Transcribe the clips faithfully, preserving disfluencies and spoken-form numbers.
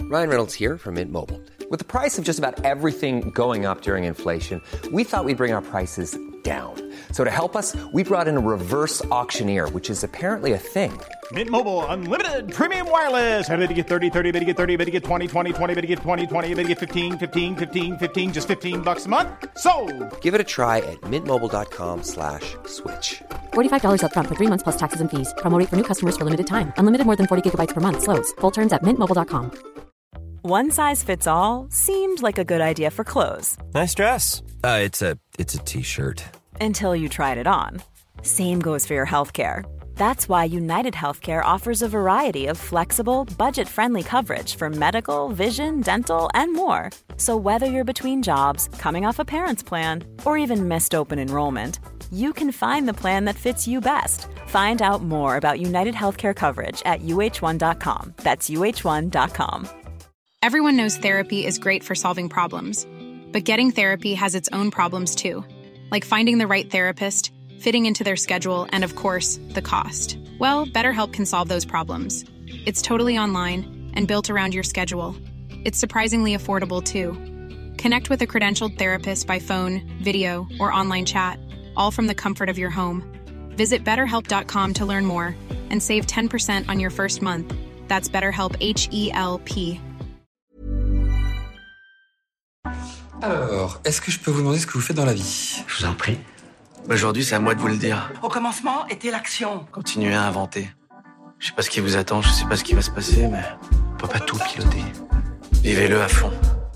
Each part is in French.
Ryan Reynolds here from Mint Mobile. With the price of just about everything going up during inflation, we thought we'd bring our prices down. So to help us, we brought in a reverse auctioneer, which is apparently a thing. Mint Mobile Unlimited Premium Wireless. How to get thirty, thirty, how to get thirty, how to get twenty, twenty, twenty, how to get twenty, twenty, how to get fifteen, fifteen, fifteen, fifteen, just fifteen bucks a month? Sold! Give it a try at mintmobile.com slash switch. forty-five dollars up front for three months plus taxes and fees. Promo rate for new customers for limited time. Unlimited more than forty gigabytes per month. Slows full terms at mint mobile dot com. One size fits all seemed like a good idea for clothes. Nice dress. Uh, it's a it's a t-shirt. Until you tried it on. Same goes for your healthcare. That's why United Healthcare offers a variety of flexible, budget-friendly coverage for medical, vision, dental, and more. So whether you're between jobs, coming off a parent's plan, or even missed open enrollment, you can find the plan that fits you best. Find out more about United Healthcare coverage at U H one dot com. That's U H one dot com. Everyone knows therapy is great for solving problems. But getting therapy has its own problems too. Like finding the right therapist, fitting into their schedule, and of course, the cost. Well, BetterHelp can solve those problems. It's totally online and built around your schedule. It's surprisingly affordable too. Connect with a credentialed therapist by phone, video, or online chat, all from the comfort of your home. Visit better help dot com to learn more and save ten percent on your first month. That's BetterHelp, H E L P. Alors, est-ce que je peux vous demander ce que vous faites dans la vie ? Je vous en prie. Aujourd'hui, c'est à moi de vous le dire. Au commencement était l'action. Continuez à inventer. Je sais pas ce qui vous attend, je sais pas ce qui va se passer, mais on peut pas tout piloter. Vivez-le à fond.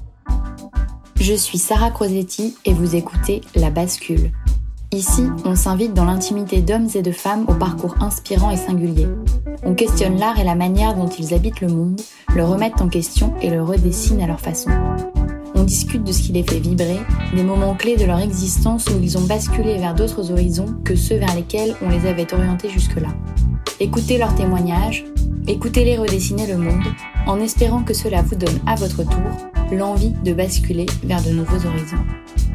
Je suis Sarah Crosetti et vous écoutez La Bascule. Ici, on s'invite dans l'intimité d'hommes et de femmes au parcours inspirant et singulier. On questionne l'art et la manière dont ils habitent le monde, le remettent en question et le redessinent à leur façon. On discute de ce qui les fait vibrer, des moments clés de leur existence où ils ont basculé vers d'autres horizons que ceux vers lesquels on les avait orientés jusque-là. Écoutez leurs témoignages, écoutez-les redessiner le monde, en espérant que cela vous donne à votre tour l'envie de basculer vers de nouveaux horizons.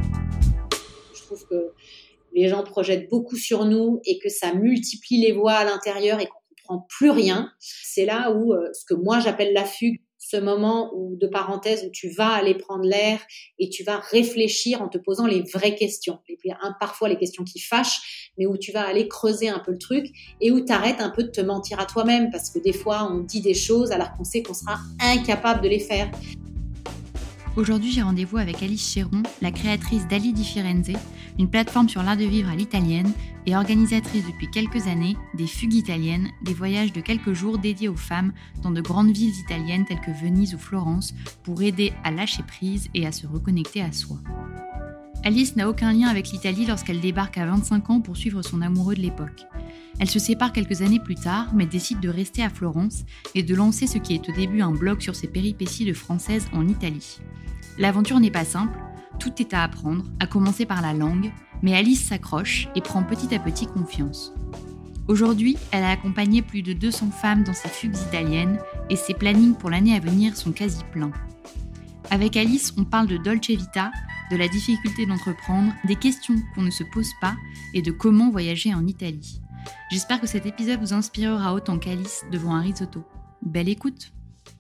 Je trouve que les gens projettent beaucoup sur nous et que ça multiplie les voix à l'intérieur et qu'on ne comprend plus rien. C'est là où euh, ce que moi j'appelle la fugue, ce moment où, de parenthèse, où tu vas aller prendre l'air et tu vas réfléchir en te posant les vraies questions. Et puis, hein, parfois les questions qui fâchent, mais où tu vas aller creuser un peu le truc et où tu arrêtes un peu de te mentir à toi-même parce que des fois, on dit des choses alors qu'on sait qu'on sera incapable de les faire. Aujourd'hui, j'ai rendez-vous avec Alice Chéron, la créatrice d'Ali di Firenze, une plateforme sur l'art de vivre à l'italienne et organisatrice depuis quelques années des fugues italiennes, des voyages de quelques jours dédiés aux femmes dans de grandes villes italiennes telles que Venise ou Florence pour aider à lâcher prise et à se reconnecter à soi. Alice n'a aucun lien avec l'Italie lorsqu'elle débarque à vingt-cinq ans pour suivre son amoureux de l'époque. Elle se sépare quelques années plus tard, mais décide de rester à Florence et de lancer ce qui est au début un blog sur ses péripéties de française en Italie. L'aventure n'est pas simple, tout est à apprendre, à commencer par la langue, mais Alice s'accroche et prend petit à petit confiance. Aujourd'hui, elle a accompagné plus de deux cents femmes dans ses fugues italiennes et ses plannings pour l'année à venir sont quasi pleins. Avec Alice, on parle de Dolce Vita, de la difficulté d'entreprendre, des questions qu'on ne se pose pas et de comment voyager en Italie. J'espère que cet épisode vous inspirera autant qu'Alice devant un risotto. Belle écoute!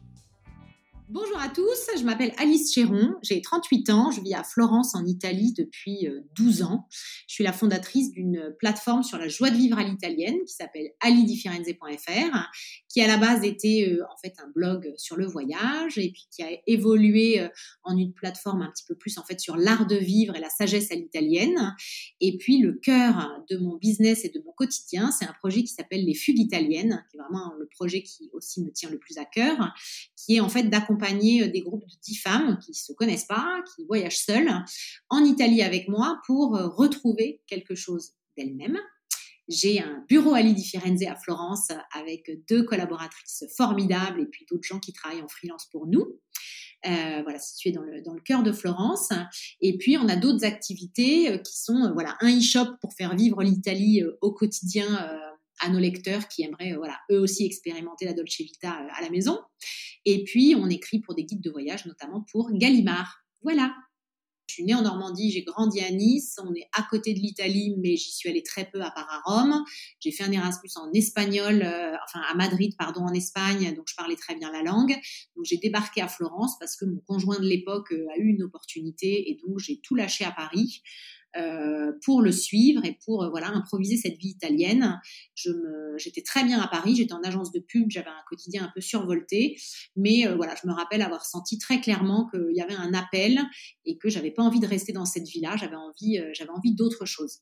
Bonjour à tous, je m'appelle Alice Chéron, j'ai trente-huit ans, je vis à Florence en Italie depuis douze ans. Je suis la fondatrice d'une plateforme sur la joie de vivre à l'italienne qui s'appelle ali di firenze point f r, qui à la base était euh, en fait un blog sur le voyage et puis qui a évolué euh, en une plateforme un petit peu plus en fait sur l'art de vivre et la sagesse à l'italienne. Et puis le cœur de mon business et de mon quotidien, c'est un projet qui s'appelle les fugues italiennes, qui est vraiment le projet qui aussi me tient le plus à cœur, qui est en fait d'accompagner des groupes de dix femmes qui se connaissent pas, qui voyagent seules en Italie avec moi pour retrouver quelque chose d'elles-mêmes. J'ai un bureau Ali di Firenze à Florence avec deux collaboratrices formidables et puis d'autres gens qui travaillent en freelance pour nous. Euh, voilà, situé dans le dans le cœur de Florence. Et puis on a d'autres activités euh, qui sont euh, voilà un e-shop pour faire vivre l'Italie euh, au quotidien euh, à nos lecteurs qui aimeraient euh, voilà eux aussi expérimenter la Dolce Vita euh, à la maison. Et puis on écrit pour des guides de voyage, notamment pour Gallimard. Voilà. Je suis née en Normandie, j'ai grandi à Nice, on est à côté de l'Italie, mais j'y suis allée très peu à part à Rome. J'ai fait un Erasmus en espagnol, euh, enfin à Madrid, pardon, en Espagne, donc je parlais très bien la langue. Donc j'ai débarqué à Florence parce que mon conjoint de l'époque euh, a eu une opportunité et donc j'ai tout lâché à Paris. Euh, pour le suivre et pour euh, voilà improviser cette vie italienne. Je me, j'étais très bien à Paris, j'étais en agence de pub, j'avais un quotidien un peu survolté, mais euh, voilà, je me rappelle avoir senti très clairement qu'il y avait un appel et que j'avais pas envie de rester dans cette vie-là, j'avais envie, euh, j'avais envie d'autre chose.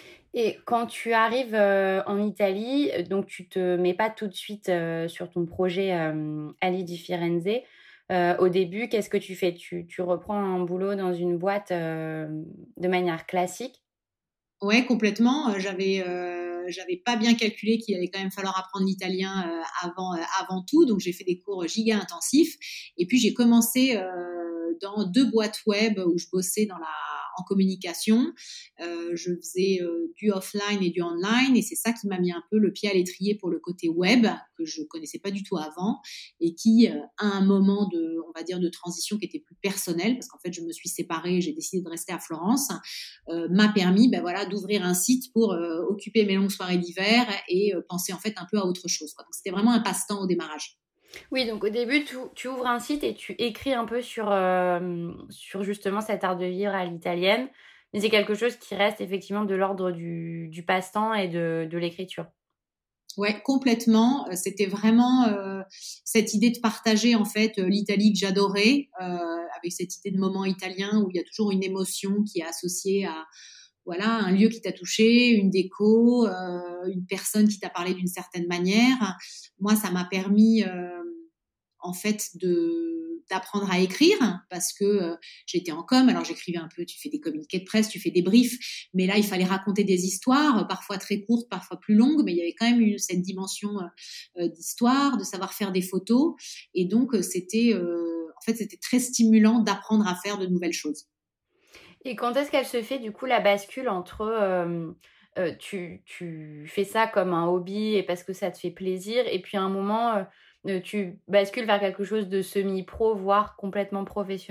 Et quand tu arrives euh, en Italie, donc tu te mets pas tout de suite euh, sur ton projet euh, Ali di Firenze. Euh, au début, qu'est-ce que tu fais ? tu, tu reprends un boulot dans une boîte euh, de manière classique ? Ouais, complètement. Euh, j'avais, euh, j'avais pas bien calculé qu'il allait quand même falloir apprendre l'italien euh, avant, euh, avant tout. Donc, j'ai fait des cours giga intensifs. Et puis, j'ai commencé euh, dans deux boîtes web où je bossais dans la, en communication. Euh, je faisais euh, du offline et du online. Et c'est ça qui m'a mis un peu le pied à l'étrier pour le côté web, que je connaissais pas du tout avant. Et qui, euh, à un moment de, on va dire, de transition qui était plus personnel, parce qu'en fait, je me suis séparée, j'ai décidé de rester à Florence, euh, m'a permis, ben voilà, d'ouvrir un site pour euh, occuper mes longues soirées d'hiver et euh, penser en fait un peu à autre chose, quoi. Donc, c'était vraiment un passe-temps au démarrage. Oui, donc au début, tu, tu ouvres un site et tu écris un peu sur, euh, sur justement cet art de vivre à l'italienne, mais c'est quelque chose qui reste effectivement de l'ordre du, du passe-temps et de, de l'écriture. Ouais, complètement. C'était vraiment euh, cette idée de partager en fait l'Italie que j'adorais, euh, avec cette idée de moment italien où il y a toujours une émotion qui est associée à voilà, un lieu qui t'a touché, une déco, euh, une personne qui t'a parlé d'une certaine manière. Moi, ça m'a permis, euh, en fait, de, d'apprendre à écrire parce que euh, j'étais en com. Alors, j'écrivais un peu, tu fais des communiqués de presse, tu fais des briefs, mais là, il fallait raconter des histoires, parfois très courtes, parfois plus longues, mais il y avait quand même eu cette dimension euh, d'histoire, de savoir faire des photos. Et donc, c'était, euh, en fait, c'était très stimulant d'apprendre à faire de nouvelles choses. Et quand est-ce qu'elle se fait, du coup, la bascule entre euh, euh, tu, tu fais ça comme un hobby et parce que ça te fait plaisir, et puis à un moment, euh, tu bascules vers quelque chose de semi-pro, voire complètement professionnel ?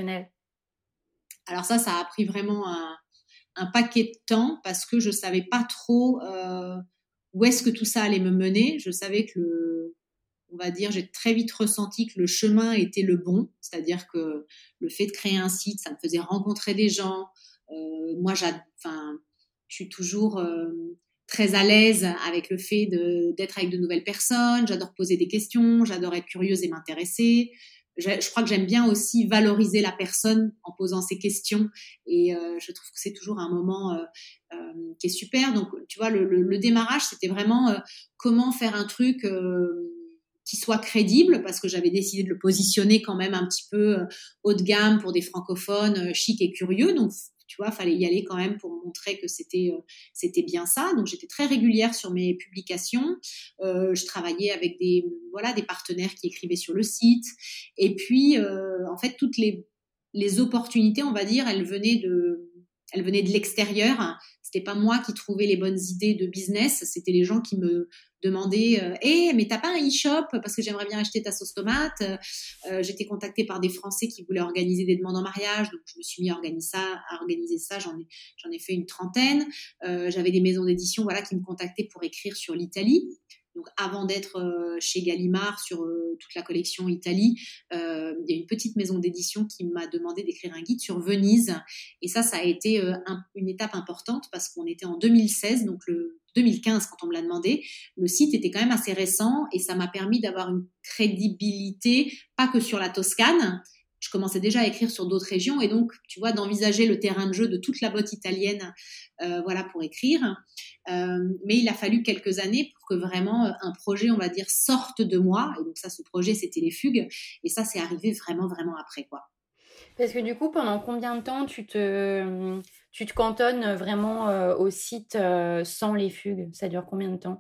Alors ça, ça a pris vraiment un, un paquet de temps parce que je ne savais pas trop euh, où est-ce que tout ça allait me mener. Je savais que le... on va dire, j'ai très vite ressenti que le chemin était le bon, c'est-à-dire que le fait de créer un site, ça me faisait rencontrer des gens. Euh, moi, enfin, je suis toujours euh, très à l'aise avec le fait de, d'être avec de nouvelles personnes. J'adore poser des questions, j'adore être curieuse et m'intéresser. Je, je crois que j'aime bien aussi valoriser la personne en posant ses questions, et euh, je trouve que c'est toujours un moment euh, euh, qui est super. Donc, tu vois, le, le, le démarrage, c'était vraiment euh, comment faire un truc euh, qui soit crédible, parce que j'avais décidé de le positionner quand même un petit peu euh, haut de gamme pour des francophones euh, chics et curieux. Donc, tu vois, fallait y aller quand même pour montrer que c'était euh, c'était bien ça. Donc, j'étais très régulière sur mes publications. Euh, je travaillais avec des voilà des partenaires qui écrivaient sur le site. Et puis, euh, en fait, toutes les les opportunités, on va dire, elles venaient de elles venaient de l'extérieur. C'était pas moi qui trouvais les bonnes idées de business, c'était les gens qui me demandaient euh, hey, mais t'as pas un e-shop parce que j'aimerais bien acheter ta sauce tomate. Euh, j'étais contactée par des Français qui voulaient organiser des demandes en mariage, donc je me suis mis à organiser ça, à organiser ça. J'en ai, j'en ai fait une trentaine. Euh, j'avais des maisons d'édition voilà, qui me contactaient pour écrire sur l'Italie. Donc, avant d'être euh, chez Gallimard sur euh, toute la collection Italie, euh, il y a une petite maison d'édition qui m'a demandé d'écrire un guide sur Venise. Et ça, ça a été euh, un, une étape importante parce qu'on était en deux mille seize, donc le deux mille quinze quand on me l'a demandé. Le site était quand même assez récent et ça m'a permis d'avoir une crédibilité, pas que sur la Toscane. Je commençais déjà à écrire sur d'autres régions et donc, tu vois, d'envisager le terrain de jeu de toute la botte italienne, euh, voilà, pour écrire. Euh, mais il a fallu quelques années pour que vraiment un projet, on va dire, sorte de moi. Et donc ça, ce projet, c'était les fugues. Et ça, c'est arrivé vraiment, vraiment après, quoi. Parce que du coup, pendant combien de temps tu te, tu te cantonnes vraiment euh, au site euh, sans les fugues ? Ça dure combien de temps ?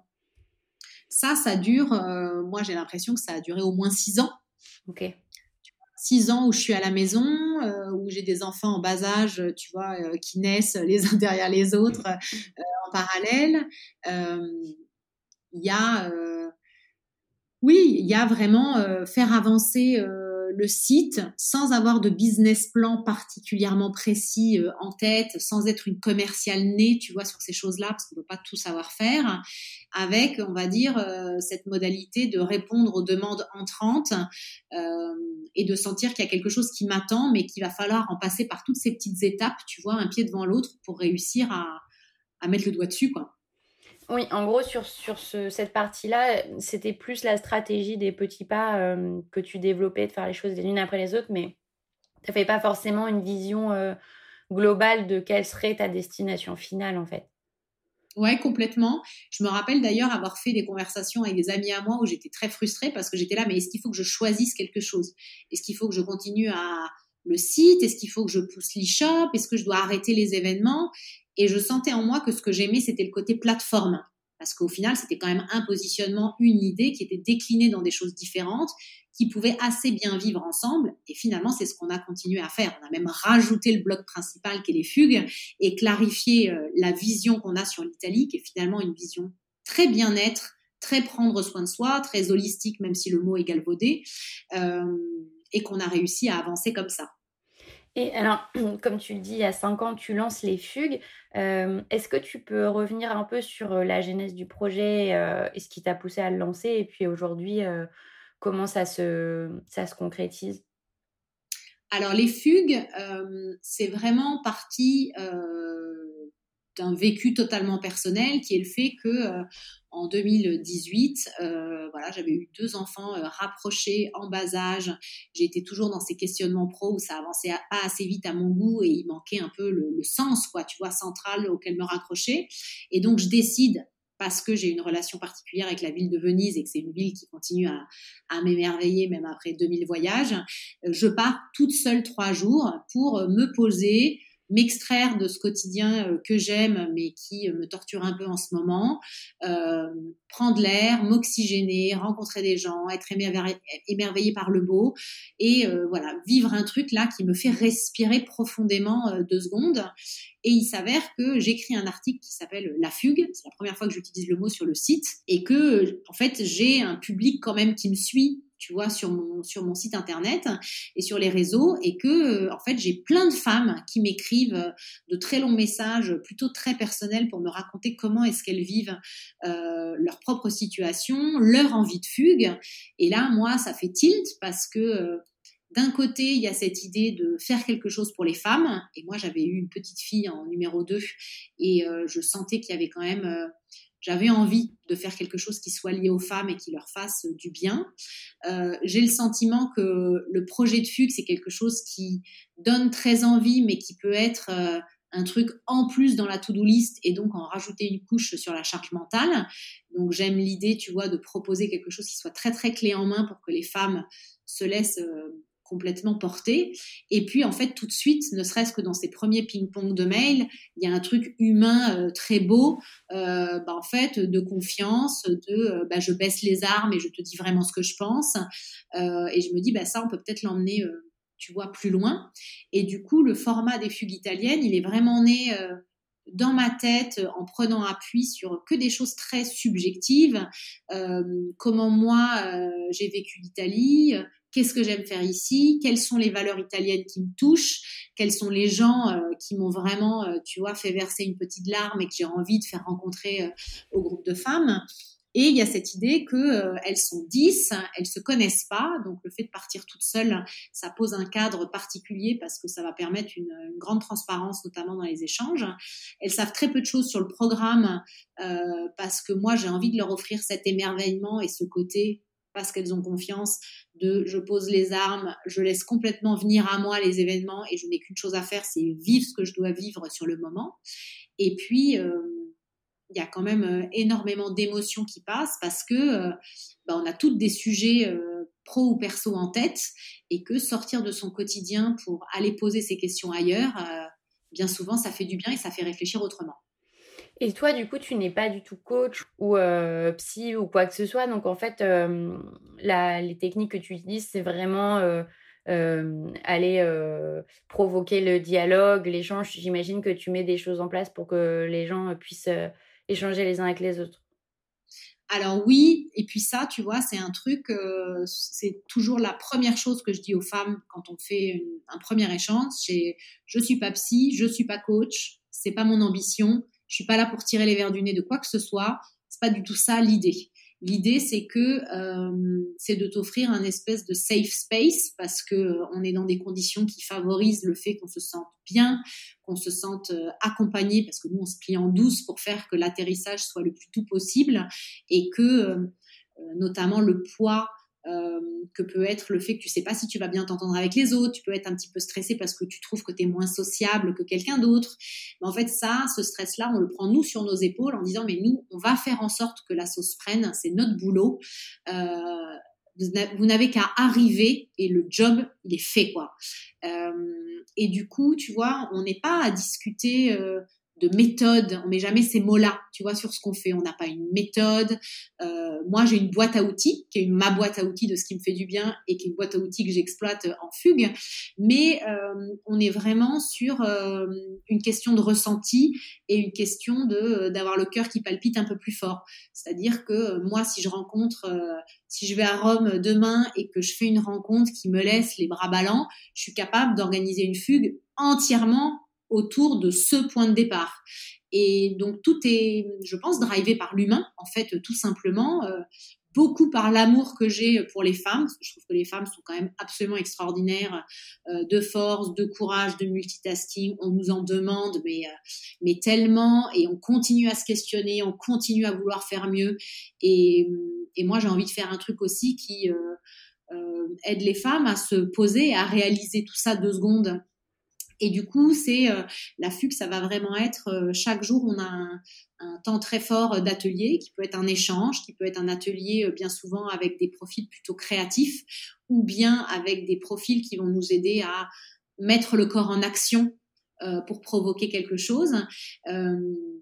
Ça, ça dure, euh, moi, j'ai l'impression que ça a duré au moins six ans. Ok. Six ans où je suis à la maison, euh, où j'ai des enfants en bas âge, tu vois, euh, qui naissent les uns derrière les autres euh, en parallèle. Il euh, y a, euh, oui, il y a vraiment euh, faire avancer euh, le site sans avoir de business plan particulièrement précis euh, en tête, sans être une commerciale née, tu vois, sur ces choses-là, parce qu'on ne peut pas tout savoir faire, avec, on va dire, euh, cette modalité de répondre aux demandes entrantes euh, et de sentir qu'il y a quelque chose qui m'attend, mais qu'il va falloir en passer par toutes ces petites étapes, tu vois, un pied devant l'autre pour réussir à, à mettre le doigt dessus, quoi. Oui, en gros, sur, sur ce, cette partie-là, c'était plus la stratégie des petits pas euh, que tu développais, de faire les choses les unes après les autres, mais tu n'avais pas forcément une vision euh, globale de quelle serait ta destination finale, en fait. Ouais, complètement. Je me rappelle d'ailleurs avoir fait des conversations avec des amis à moi où j'étais très frustrée parce que j'étais là, mais est-ce qu'il faut que je choisisse quelque chose ? Est-ce qu'il faut que je continue à le site ? Est-ce qu'il faut que je pousse l'e-shop ? Est-ce que je dois arrêter les événements ? Et je sentais en moi que ce que j'aimais, c'était le côté plateforme. Parce qu'au final, c'était quand même un positionnement, une idée qui était déclinée dans des choses différentes, qui pouvaient assez bien vivre ensemble. Et finalement, c'est ce qu'on a continué à faire. On a même rajouté le bloc principal qui est les fugues et clarifié euh, la vision qu'on a sur l'Italie, qui est finalement une vision très bien-être, très prendre soin de soi, très holistique, même si le mot est galvaudé, euh, et qu'on a réussi à avancer comme ça. Et alors, comme tu le dis, il y a cinq ans, tu lances les fugues. Euh, est-ce que tu peux revenir un peu sur la genèse du projet euh, et ce qui t'a poussé à le lancer ? Et puis aujourd'hui, euh, comment ça se, ça se concrétise ? Alors, les fugues, euh, c'est vraiment parti euh, d'un vécu totalement personnel qui est le fait que euh, en deux mille dix-huit, euh, voilà, j'avais eu deux enfants euh, rapprochés en bas âge. J'étais toujours dans ces questionnements pro où ça avançait pas assez vite à mon goût et il manquait un peu le, le sens, quoi, tu vois, central auquel me raccrocher. Et donc, je décide, parce que j'ai une relation particulière avec la ville de Venise et que c'est une ville qui continue à, à m'émerveiller même après deux mille voyages, je pars toute seule trois jours pour me poser, m'extraire de ce quotidien que j'aime mais qui me torture un peu en ce moment, euh, prendre l'air, m'oxygéner, rencontrer des gens, être émerveillée, émerveillée par le beau et euh, voilà, vivre un truc là qui me fait respirer profondément euh, deux secondes. Et il s'avère que j'écris un article qui s'appelle La Fugue, c'est la première fois que j'utilise le mot sur le site, et que en fait j'ai un public quand même qui me suit, tu vois, sur mon, sur mon site internet et sur les réseaux, et que, en fait, j'ai plein de femmes qui m'écrivent de très longs messages, plutôt très personnels, pour me raconter comment est-ce qu'elles vivent euh, leur propre situation, leur envie de fugue. Et là, moi, ça fait tilt parce que euh, d'un côté, il y a cette idée de faire quelque chose pour les femmes. Et moi, j'avais eu une petite fille en numéro deux et euh, je sentais qu'il y avait quand même... Euh, J'avais envie de faire quelque chose qui soit lié aux femmes et qui leur fasse du bien. Euh, j'ai le sentiment que le projet de fugue, c'est quelque chose qui donne très envie, mais qui peut être euh, un truc en plus dans la to-do list et donc en rajouter une couche sur la charge mentale. Donc j'aime l'idée, tu vois, de proposer quelque chose qui soit très très clé en main pour que les femmes se laissent... Euh, complètement porté. Et puis, en fait, tout de suite, ne serait-ce que dans ces premiers ping-pong de mail, il y a un truc humain euh, très beau, euh, bah, en fait, de confiance, de euh, bah, je baisse les armes et je te dis vraiment ce que je pense. Euh, et je me dis, bah, ça, on peut peut-être l'emmener, euh, tu vois, plus loin. Et du coup, le format des fugues italiennes, il est vraiment né... Euh, dans ma tête, en prenant appui sur que des choses très subjectives, euh, comment moi euh, j'ai vécu l'Italie, euh, qu'est-ce que j'aime faire ici, quelles sont les valeurs italiennes qui me touchent, quels sont les gens euh, qui m'ont vraiment, euh, tu vois, fait verser une petite larme et que j'ai envie de faire rencontrer euh, au groupe de femmes. Et il y a cette idée qu'elles euh, sont dix, elles se connaissent pas, donc le fait de partir toute seule, ça pose un cadre particulier parce que ça va permettre une, une grande transparence, notamment dans les échanges. Elles savent très peu de choses sur le programme euh, parce que moi, j'ai envie de leur offrir cet émerveillement et ce côté, parce qu'elles ont confiance, de je pose les armes, je laisse complètement venir à moi les événements et je n'ai qu'une chose à faire, c'est vivre ce que je dois vivre sur le moment. Et puis... Euh, il y a quand même euh, énormément d'émotions qui passent parce que euh, bah, on a toutes des sujets euh, pro ou perso en tête et que sortir de son quotidien pour aller poser ces questions ailleurs, euh, bien souvent, ça fait du bien et ça fait réfléchir autrement. Et toi, du coup, tu n'es pas du tout coach ou euh, psy ou quoi que ce soit. Donc, en fait, euh, la, les techniques que tu utilises, c'est vraiment... Euh, Euh, aller euh, provoquer le dialogue, l'échange. J'imagine que tu mets des choses en place pour que les gens puissent euh, échanger les uns avec les autres. Alors oui, et puis ça, tu vois, c'est un truc, euh, c'est toujours la première chose que je dis aux femmes quand on fait une, un premier échange, c'est je suis pas psy, je suis pas coach, c'est pas mon ambition, je suis pas là pour tirer les verres du nez de quoi que ce soit, c'est pas du tout ça l'idée. L'idée, c'est que euh, c'est de t'offrir un espèce de safe space parce que euh, on est dans des conditions qui favorisent le fait qu'on se sente bien, qu'on se sente euh, accompagné parce que nous, on se plie en douce pour faire que l'atterrissage soit le plus doux possible et que, euh, notamment, le poids euh, que peut être le fait que tu sais pas si tu vas bien t'entendre avec les autres, tu peux être un petit peu stressé parce que tu trouves que tu es moins sociable que quelqu'un d'autre. Mais en fait, ça, ce stress-là, on le prend nous sur nos épaules en disant mais nous, on va faire en sorte que la sauce prenne, c'est notre boulot. Euh, vous n'avez qu'à arriver et le job, il est fait, quoi. Euh, et du coup, tu vois, on n'est pas à discuter euh, de méthode, on met jamais ces mots-là, tu vois, sur ce qu'on fait. On n'a pas une méthode. Euh, moi, j'ai une boîte à outils, qui est ma boîte à outils de ce qui me fait du bien et qui est une boîte à outils que j'exploite en fugue. Mais euh, on est vraiment sur euh, une question de ressenti et une question de d'avoir le cœur qui palpite un peu plus fort. C'est-à-dire que moi, si je rencontre, euh, si je vais à Rome demain et que je fais une rencontre qui me laisse les bras ballants, je suis capable d'organiser une fugue entièrement autour de ce point de départ. Et donc, tout est, je pense, drivé par l'humain, en fait, tout simplement, euh, beaucoup par l'amour que j'ai pour les femmes. Je trouve que les femmes sont quand même absolument extraordinaires, euh, de force, de courage, de multitasking. On nous en demande, mais, euh, mais tellement, et on continue à se questionner, on continue à vouloir faire mieux. Et, et moi, j'ai envie de faire un truc aussi qui euh, euh, aide les femmes à se poser, à réaliser tout ça deux secondes. Et du coup, c'est euh, la fugue, ça va vraiment être euh, chaque jour, on a un, un temps très fort d'atelier qui peut être un échange, qui peut être un atelier euh, bien souvent avec des profils plutôt créatifs ou bien avec des profils qui vont nous aider à mettre le corps en action euh, pour provoquer quelque chose. Euh,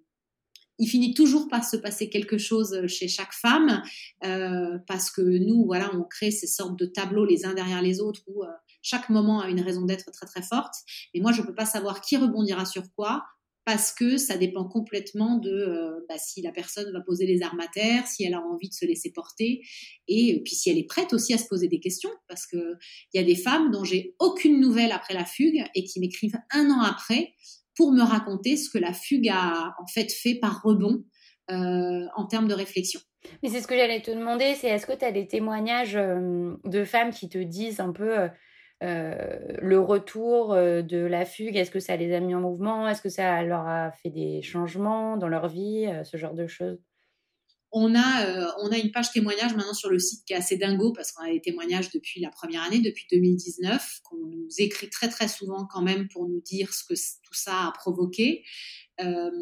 il finit toujours par se passer quelque chose chez chaque femme euh, parce que nous, voilà, on crée ces sortes de tableaux les uns derrière les autres où euh, chaque moment a une raison d'être très très forte. Mais moi, je ne peux pas savoir qui rebondira sur quoi parce que ça dépend complètement de euh, bah, si la personne va poser les armes à terre, si elle a envie de se laisser porter et puis si elle est prête aussi à se poser des questions parce qu'il y a des femmes dont j'ai aucune nouvelle après la fugue et qui m'écrivent un an après pour me raconter ce que la fugue a en fait fait par rebond euh, en termes de réflexion. Mais c'est ce que j'allais te demander, c'est est-ce que tu as des témoignages euh, de femmes qui te disent un peu euh, euh, le retour euh, de la fugue, est-ce que ça les a mis en mouvement, est-ce que ça leur a fait des changements dans leur vie, euh, ce genre de choses? On a, euh, on a une page témoignage maintenant sur le site qui est assez dingo parce qu'on a des témoignages depuis la première année, depuis deux mille dix-neuf, qu'on nous écrit très très souvent quand même pour nous dire ce que tout ça a provoqué. Euh,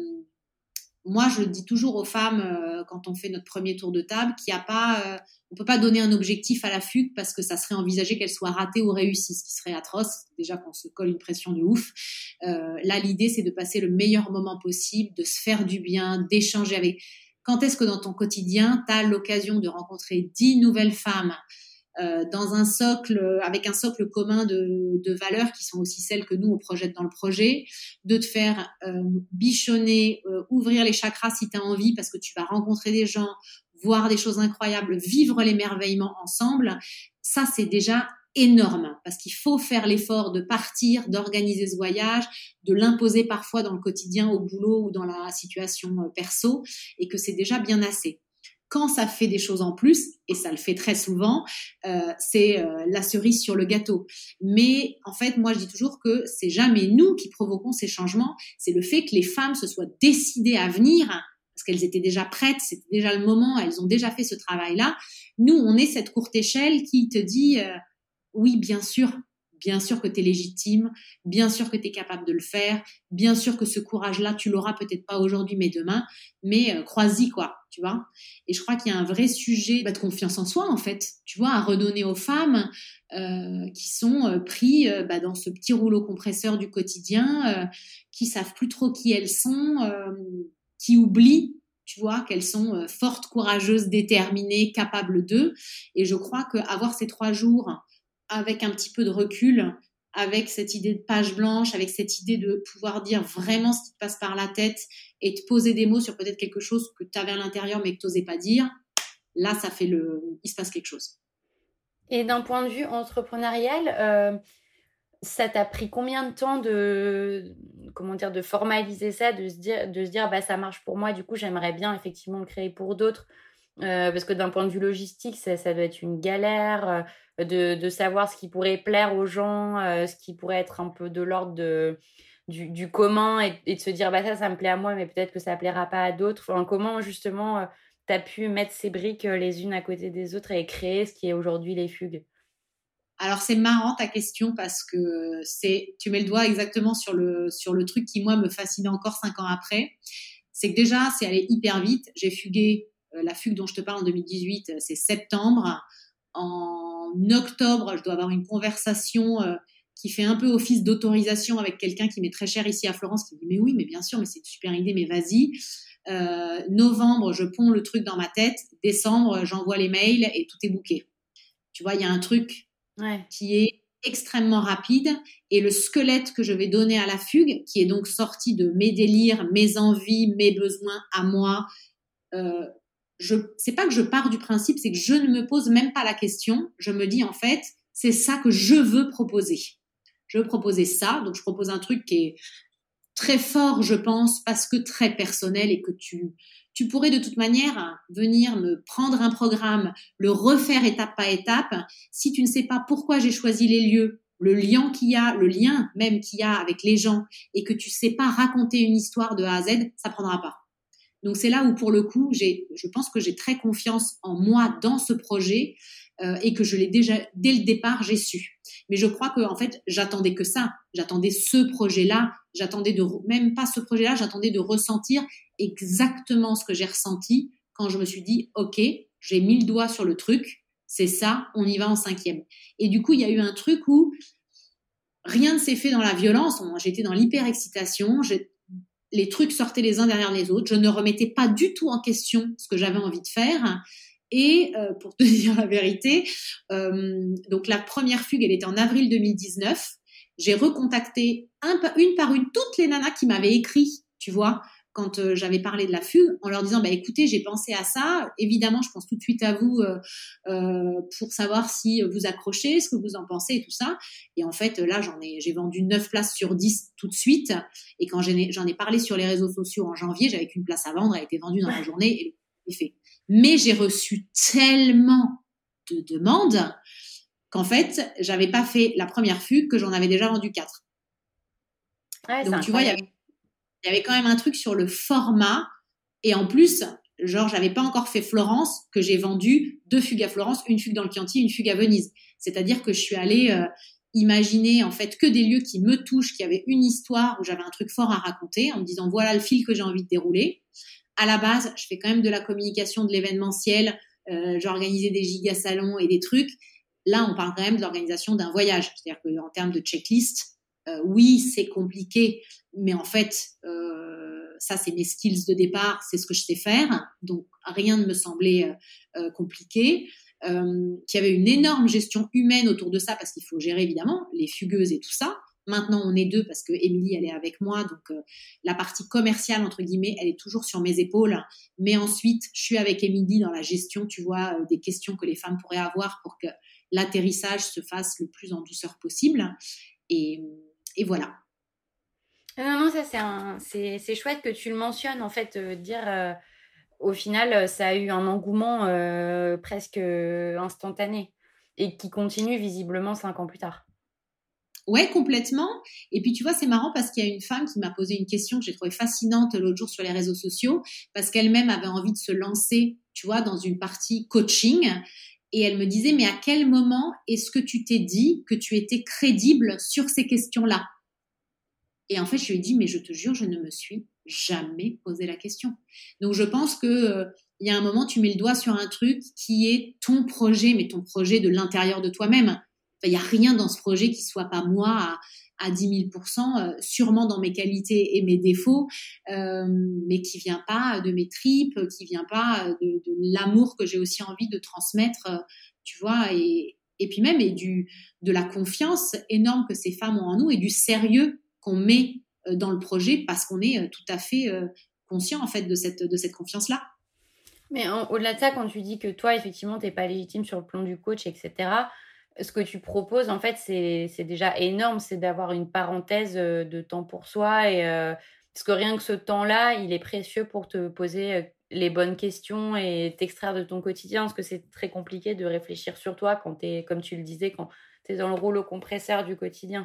moi, je dis toujours aux femmes euh, quand on fait notre premier tour de table qu'il n'y a pas, euh, on peut pas donner un objectif à la fugue parce que ça serait envisager qu'elle soit ratée ou réussie, ce qui serait atroce. Déjà qu'on se colle une pression de ouf. Euh, là, l'idée c'est de passer le meilleur moment possible, de se faire du bien, d'échanger avec. Quand est-ce que dans ton quotidien, tu as l'occasion de rencontrer dix nouvelles femmes euh, dans un socle, avec un socle commun de, de valeurs qui sont aussi celles que nous, on projette dans le projet, de te faire euh, bichonner, euh, ouvrir les chakras si tu as envie parce que tu vas rencontrer des gens, voir des choses incroyables, vivre l'émerveillement ensemble, ça c'est déjà énorme parce qu'il faut faire l'effort de partir, d'organiser ce voyage, de l'imposer parfois dans le quotidien, au boulot ou dans la situation perso et que c'est déjà bien assez. Quand ça fait des choses en plus, et ça le fait très souvent, euh, c'est euh, la cerise sur le gâteau. Mais en fait, moi je dis toujours que c'est jamais nous qui provoquons ces changements, c'est le fait que les femmes se soient décidées à venir parce qu'elles étaient déjà prêtes, c'était déjà le moment, elles ont déjà fait ce travail-là. Nous, on est cette courte échelle qui te dit euh, oui, bien sûr, bien sûr que tu es légitime, bien sûr que tu es capable de le faire, bien sûr que ce courage-là, tu l'auras peut-être pas aujourd'hui, mais demain, mais euh, crois-y, quoi, tu vois. Et je crois qu'il y a un vrai sujet bah, de confiance en soi, en fait, tu vois, à redonner aux femmes euh, qui sont euh, pris euh, bah, dans ce petit rouleau compresseur du quotidien, euh, qui savent plus trop qui elles sont, euh, qui oublient, tu vois, qu'elles sont euh, fortes, courageuses, déterminées, capables d'eux. Et je crois qu'avoir ces trois jours avec un petit peu de recul, avec cette idée de page blanche, avec cette idée de pouvoir dire vraiment ce qui te passe par la tête et te poser des mots sur peut-être quelque chose que tu avais à l'intérieur mais que tu n'osais pas dire, là, ça fait le, il se passe quelque chose. Et d'un point de vue entrepreneurial, euh, ça t'a pris combien de temps de, comment dire, de formaliser ça, de se dire, de se dire, bah ça marche pour moi, du coup, j'aimerais bien effectivement le créer pour d'autres. Euh, parce que d'un point de vue logistique, ça, ça doit être une galère euh, de, de savoir ce qui pourrait plaire aux gens, euh, ce qui pourrait être un peu de l'ordre de, du, du commun et, et de se dire bah ça, ça me plaît à moi, mais peut-être que ça ne plaira pas à d'autres. Enfin, comment justement euh, tu as pu mettre ces briques euh, les unes à côté des autres et créer ce qui est aujourd'hui les fugues? Alors c'est marrant ta question parce que c'est, tu mets le doigt exactement sur le, sur le truc qui moi me fascine encore cinq ans après. C'est que déjà c'est allé hyper vite. J'ai fugué. La fugue dont je te parle en deux mille dix-huit, c'est septembre. En octobre, je dois avoir une conversation euh, qui fait un peu office d'autorisation avec quelqu'un qui m'est très cher ici à Florence, qui me dit « Mais oui, mais bien sûr, mais c'est une super idée, mais vas-y. Euh, » Novembre, je ponds le truc dans ma tête. Décembre, j'envoie les mails et tout est booké. Tu vois, il y a un truc ouais. qui est extrêmement rapide. Et le squelette que je vais donner à la fugue, qui est donc sorti de mes délires, mes envies, mes besoins à moi, euh, Je, c'est pas que je pars du principe, c'est que je ne me pose même pas la question. Je me dis, en fait, c'est ça que je veux proposer. Je veux proposer ça. Donc, je propose un truc qui est très fort, je pense, parce que très personnel et que tu, tu pourrais de toute manière venir me prendre un programme, le refaire étape par étape. Si tu ne sais pas pourquoi j'ai choisi les lieux, le lien qu'il y a, le lien même qu'il y a avec les gens et que tu sais pas raconter une histoire de A à Z, ça prendra pas. Donc, c'est là où, pour le coup, j'ai, je pense que j'ai très confiance en moi dans ce projet euh, et que je l'ai déjà, dès le départ, j'ai su. Mais je crois que, en fait, j'attendais que ça. J'attendais ce projet-là. J'attendais de, même pas ce projet-là, j'attendais de ressentir exactement ce que j'ai ressenti quand je me suis dit, OK, j'ai mis le doigt sur le truc. C'est ça, on y va en cinquième. Et du coup, il y a eu un truc où rien ne s'est fait dans la violence. J'étais dans l'hyper-excitation. J'ai, les trucs sortaient les uns derrière les autres. Je ne remettais pas du tout en question ce que j'avais envie de faire. Et euh, pour te dire la vérité, euh, donc la première fugue, elle était en avril deux mille dix-neuf. J'ai recontacté un, une par une toutes les nanas qui m'avaient écrit, tu vois, quand euh, j'avais parlé de la fugue, en leur disant, bah écoutez, j'ai pensé à ça. Évidemment, je pense tout de suite à vous euh, euh, pour savoir si vous accrochez, ce que vous en pensez et tout ça. Et en fait, là, j'en ai, j'ai vendu neuf places sur dix tout de suite. Et quand j'en ai, j'en ai parlé sur les réseaux sociaux en janvier, j'avais qu'une place à vendre, elle a été vendue dans la journée et le fait. Mais j'ai reçu tellement de demandes qu'en fait, j'avais pas fait la première fugue que j'en avais déjà vendu quatre. Ouais, donc tu vois, il y avait Il y avait quand même un truc sur le format. Et en plus, genre, j'avais pas encore fait Florence, que j'ai vendu deux fugues à Florence, une fugue dans le Chianti, une fugue à Venise. C'est-à-dire que je suis allée euh, imaginer, en fait, que des lieux qui me touchent, qui avaient une histoire, où j'avais un truc fort à raconter, en me disant, voilà le fil que j'ai envie de dérouler. À la base, je fais quand même de la communication, de l'événementiel. Euh, j'ai organisé des giga-salons et des trucs. Là, on parle quand même de l'organisation d'un voyage. C'est-à-dire qu'en termes de checklist, euh, oui, c'est compliqué. Mais en fait, euh, ça, c'est mes skills de départ, c'est ce que je sais faire. Donc, rien ne me semblait euh, compliqué. Euh, qu'il y avait une énorme gestion humaine autour de ça, parce qu'il faut gérer, évidemment, les fugueuses et tout ça. Maintenant, on est deux parce que Émilie, elle est avec moi. Donc, euh, la partie commerciale, entre guillemets, elle est toujours sur mes épaules. Mais ensuite, je suis avec Émilie dans la gestion, tu vois, euh, des questions que les femmes pourraient avoir pour que l'atterrissage se fasse le plus en douceur possible. Et, et voilà. Non, non, ça, c'est, un, c'est, c'est chouette que tu le mentionnes, en fait, euh, dire, euh, au final, ça a eu un engouement euh, presque instantané et qui continue visiblement cinq ans plus tard. Ouais, complètement. Et puis, tu vois, c'est marrant parce qu'il y a une femme qui m'a posé une question que j'ai trouvée fascinante l'autre jour sur les réseaux sociaux, parce qu'elle-même avait envie de se lancer, tu vois, dans une partie coaching. Et elle me disait, mais à quel moment est-ce que tu t'es dit que tu étais crédible sur ces questions-là ? Et en fait, je lui ai dit, mais je te jure, je ne me suis jamais posé la question. Donc, je pense que euh, il y a un moment, tu mets le doigt sur un truc qui est ton projet, mais ton projet de l'intérieur de toi-même. Il n'y a rien dans ce projet qui soit pas moi à, à dix mille pour cent, euh, sûrement dans mes qualités et mes défauts, euh, mais qui vient pas de mes tripes, qui vient pas de, de l'amour que j'ai aussi envie de transmettre, euh, tu vois, et, et puis même et du, de la confiance énorme que ces femmes ont en nous et du sérieux qu'on met euh, dans le projet parce qu'on est euh, tout à fait euh, conscient en fait de cette, de cette confiance-là. Mais en, au-delà de ça, quand tu dis que toi, effectivement, t'es pas légitime sur le plan du coach, et cetera, ce que tu proposes, en fait, c'est, c'est déjà énorme, c'est d'avoir une parenthèse de temps pour soi. Et, euh, parce que rien que ce temps-là, il est précieux pour te poser les bonnes questions et t'extraire de ton quotidien, parce que c'est très compliqué de réfléchir sur toi quand t'es, comme tu le disais, quand t'es dans le rouleau compresseur du quotidien.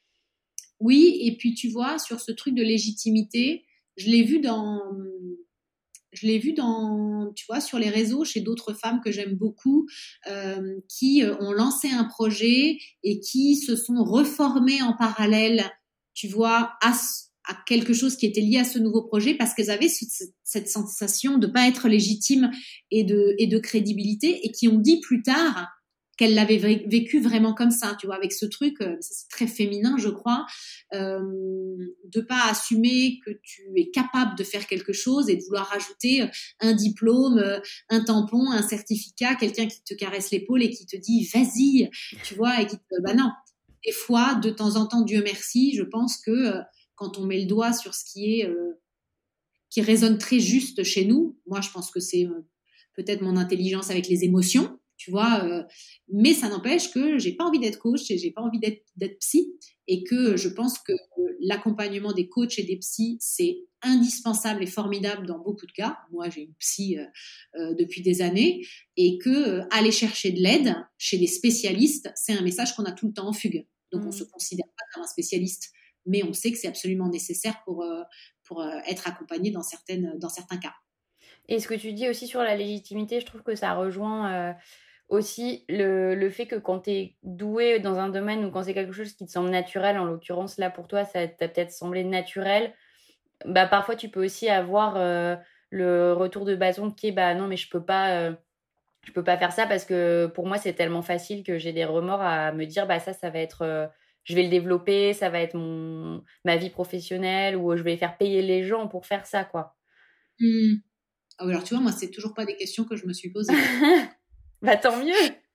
Oui, et puis tu vois, sur ce truc de légitimité, je l'ai vu dans... Je l'ai vu dans, tu vois, sur les réseaux chez d'autres femmes que j'aime beaucoup, euh, qui ont lancé un projet et qui se sont reformées en parallèle, tu vois, à, à quelque chose qui était lié à ce nouveau projet parce qu'elles avaient ce, cette sensation de pas être légitimes et de, et de crédibilité et qui ont dit plus tard qu'elle l'avait vécu vraiment comme ça, tu vois, avec ce truc, c'est très féminin, je crois, euh, de pas assumer que tu es capable de faire quelque chose et de vouloir rajouter un diplôme, un tampon, un certificat, quelqu'un qui te caresse l'épaule et qui te dit « vas-y », tu vois, et qui te... Bah non, des fois, de temps en temps, Dieu merci, je pense que euh, quand on met le doigt sur ce qui est... Euh, qui résonne très juste chez nous, moi, je pense que c'est euh, peut-être mon intelligence avec les émotions, tu vois, euh, mais ça n'empêche que j'ai pas envie d'être coach et j'ai pas envie d'être, d'être psy et que je pense que l'accompagnement des coachs et des psys, c'est indispensable et formidable dans beaucoup de cas. Moi, j'ai une psy euh, euh, depuis des années et que euh, aller chercher de l'aide chez des spécialistes, c'est un message qu'on a tout le temps en fugue. Donc, mmh. on se considère pas comme un spécialiste, mais on sait que c'est absolument nécessaire pour, euh, pour euh, être accompagné dans, certaines, dans certains cas. Et ce que tu dis aussi sur la légitimité, je trouve que ça rejoint... Euh... aussi le, le fait que quand tu es doué dans un domaine ou quand c'est quelque chose qui te semble naturel, en l'occurrence là pour toi ça t'a peut-être semblé naturel, bah parfois tu peux aussi avoir euh, le retour de bâton qui est bah non mais je peux pas euh, je peux pas faire ça parce que pour moi c'est tellement facile que j'ai des remords à me dire bah ça ça va être euh, je vais le développer, ça va être mon ma vie professionnelle ou je vais faire payer les gens pour faire ça quoi. Mmh. Alors tu vois moi c'est toujours pas des questions que je me suis posées. Bah tant mieux.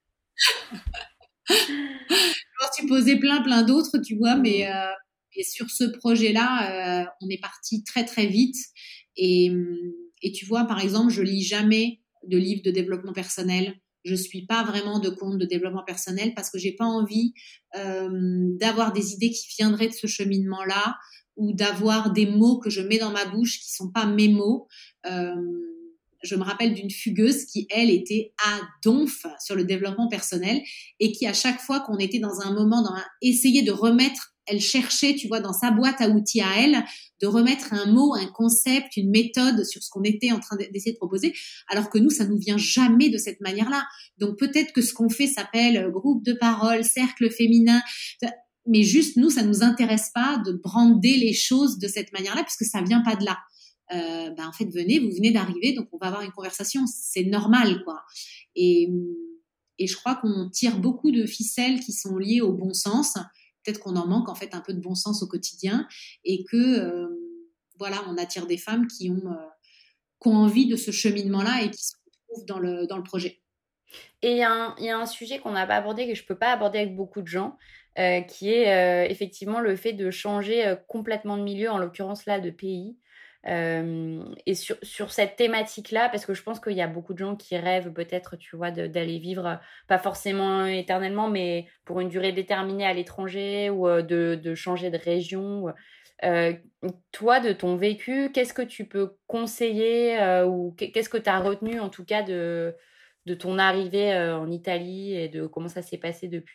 Alors, tu posais plein plein d'autres, tu vois, mais euh, et sur ce projet-là, euh, on est parti très très vite. Et, et tu vois, par exemple, je lis jamais de livres de développement personnel. Je suis pas vraiment de compte de développement personnel parce que j'ai pas envie euh, d'avoir des idées qui viendraient de ce cheminement-là ou d'avoir des mots que je mets dans ma bouche qui sont pas mes mots. Euh, Je me rappelle d'une fugueuse qui, elle, était à donf sur le développement personnel et qui, à chaque fois qu'on était dans un moment, dans un, essayait de remettre, elle cherchait, tu vois, dans sa boîte à outils à elle, de remettre un mot, un concept, une méthode sur ce qu'on était en train d'essayer de proposer, alors que nous, ça nous vient jamais de cette manière-là. Donc, peut-être que ce qu'on fait s'appelle groupe de parole, cercle féminin, mais juste, nous, ça nous intéresse pas de brander les choses de cette manière-là, puisque ça vient pas de là. Euh, ben en fait venez, vous venez d'arriver donc on va avoir une conversation, c'est normal quoi. Et, et je crois qu'on tire beaucoup de ficelles qui sont liées au bon sens, peut-être qu'on en manque en fait un peu de bon sens au quotidien et que euh, voilà on attire des femmes qui ont, euh, qui ont envie de ce cheminement-là et qui se retrouvent dans le, dans le projet. Et il y, y a un sujet qu'on n'a pas abordé, que je ne peux pas aborder avec beaucoup de gens, euh, qui est euh, effectivement le fait de changer euh, complètement de milieu, en l'occurrence là de pays. Euh, et sur, sur cette thématique-là, parce que je pense qu'il y a beaucoup de gens qui rêvent peut-être, tu vois, de, d'aller vivre, pas forcément éternellement, mais pour une durée déterminée à l'étranger ou de, de changer de région. Euh, toi, de ton vécu, qu'est-ce que tu peux conseiller euh, ou qu'est-ce que tu as retenu en tout cas de, de ton arrivée euh, en Italie et de comment ça s'est passé depuis ?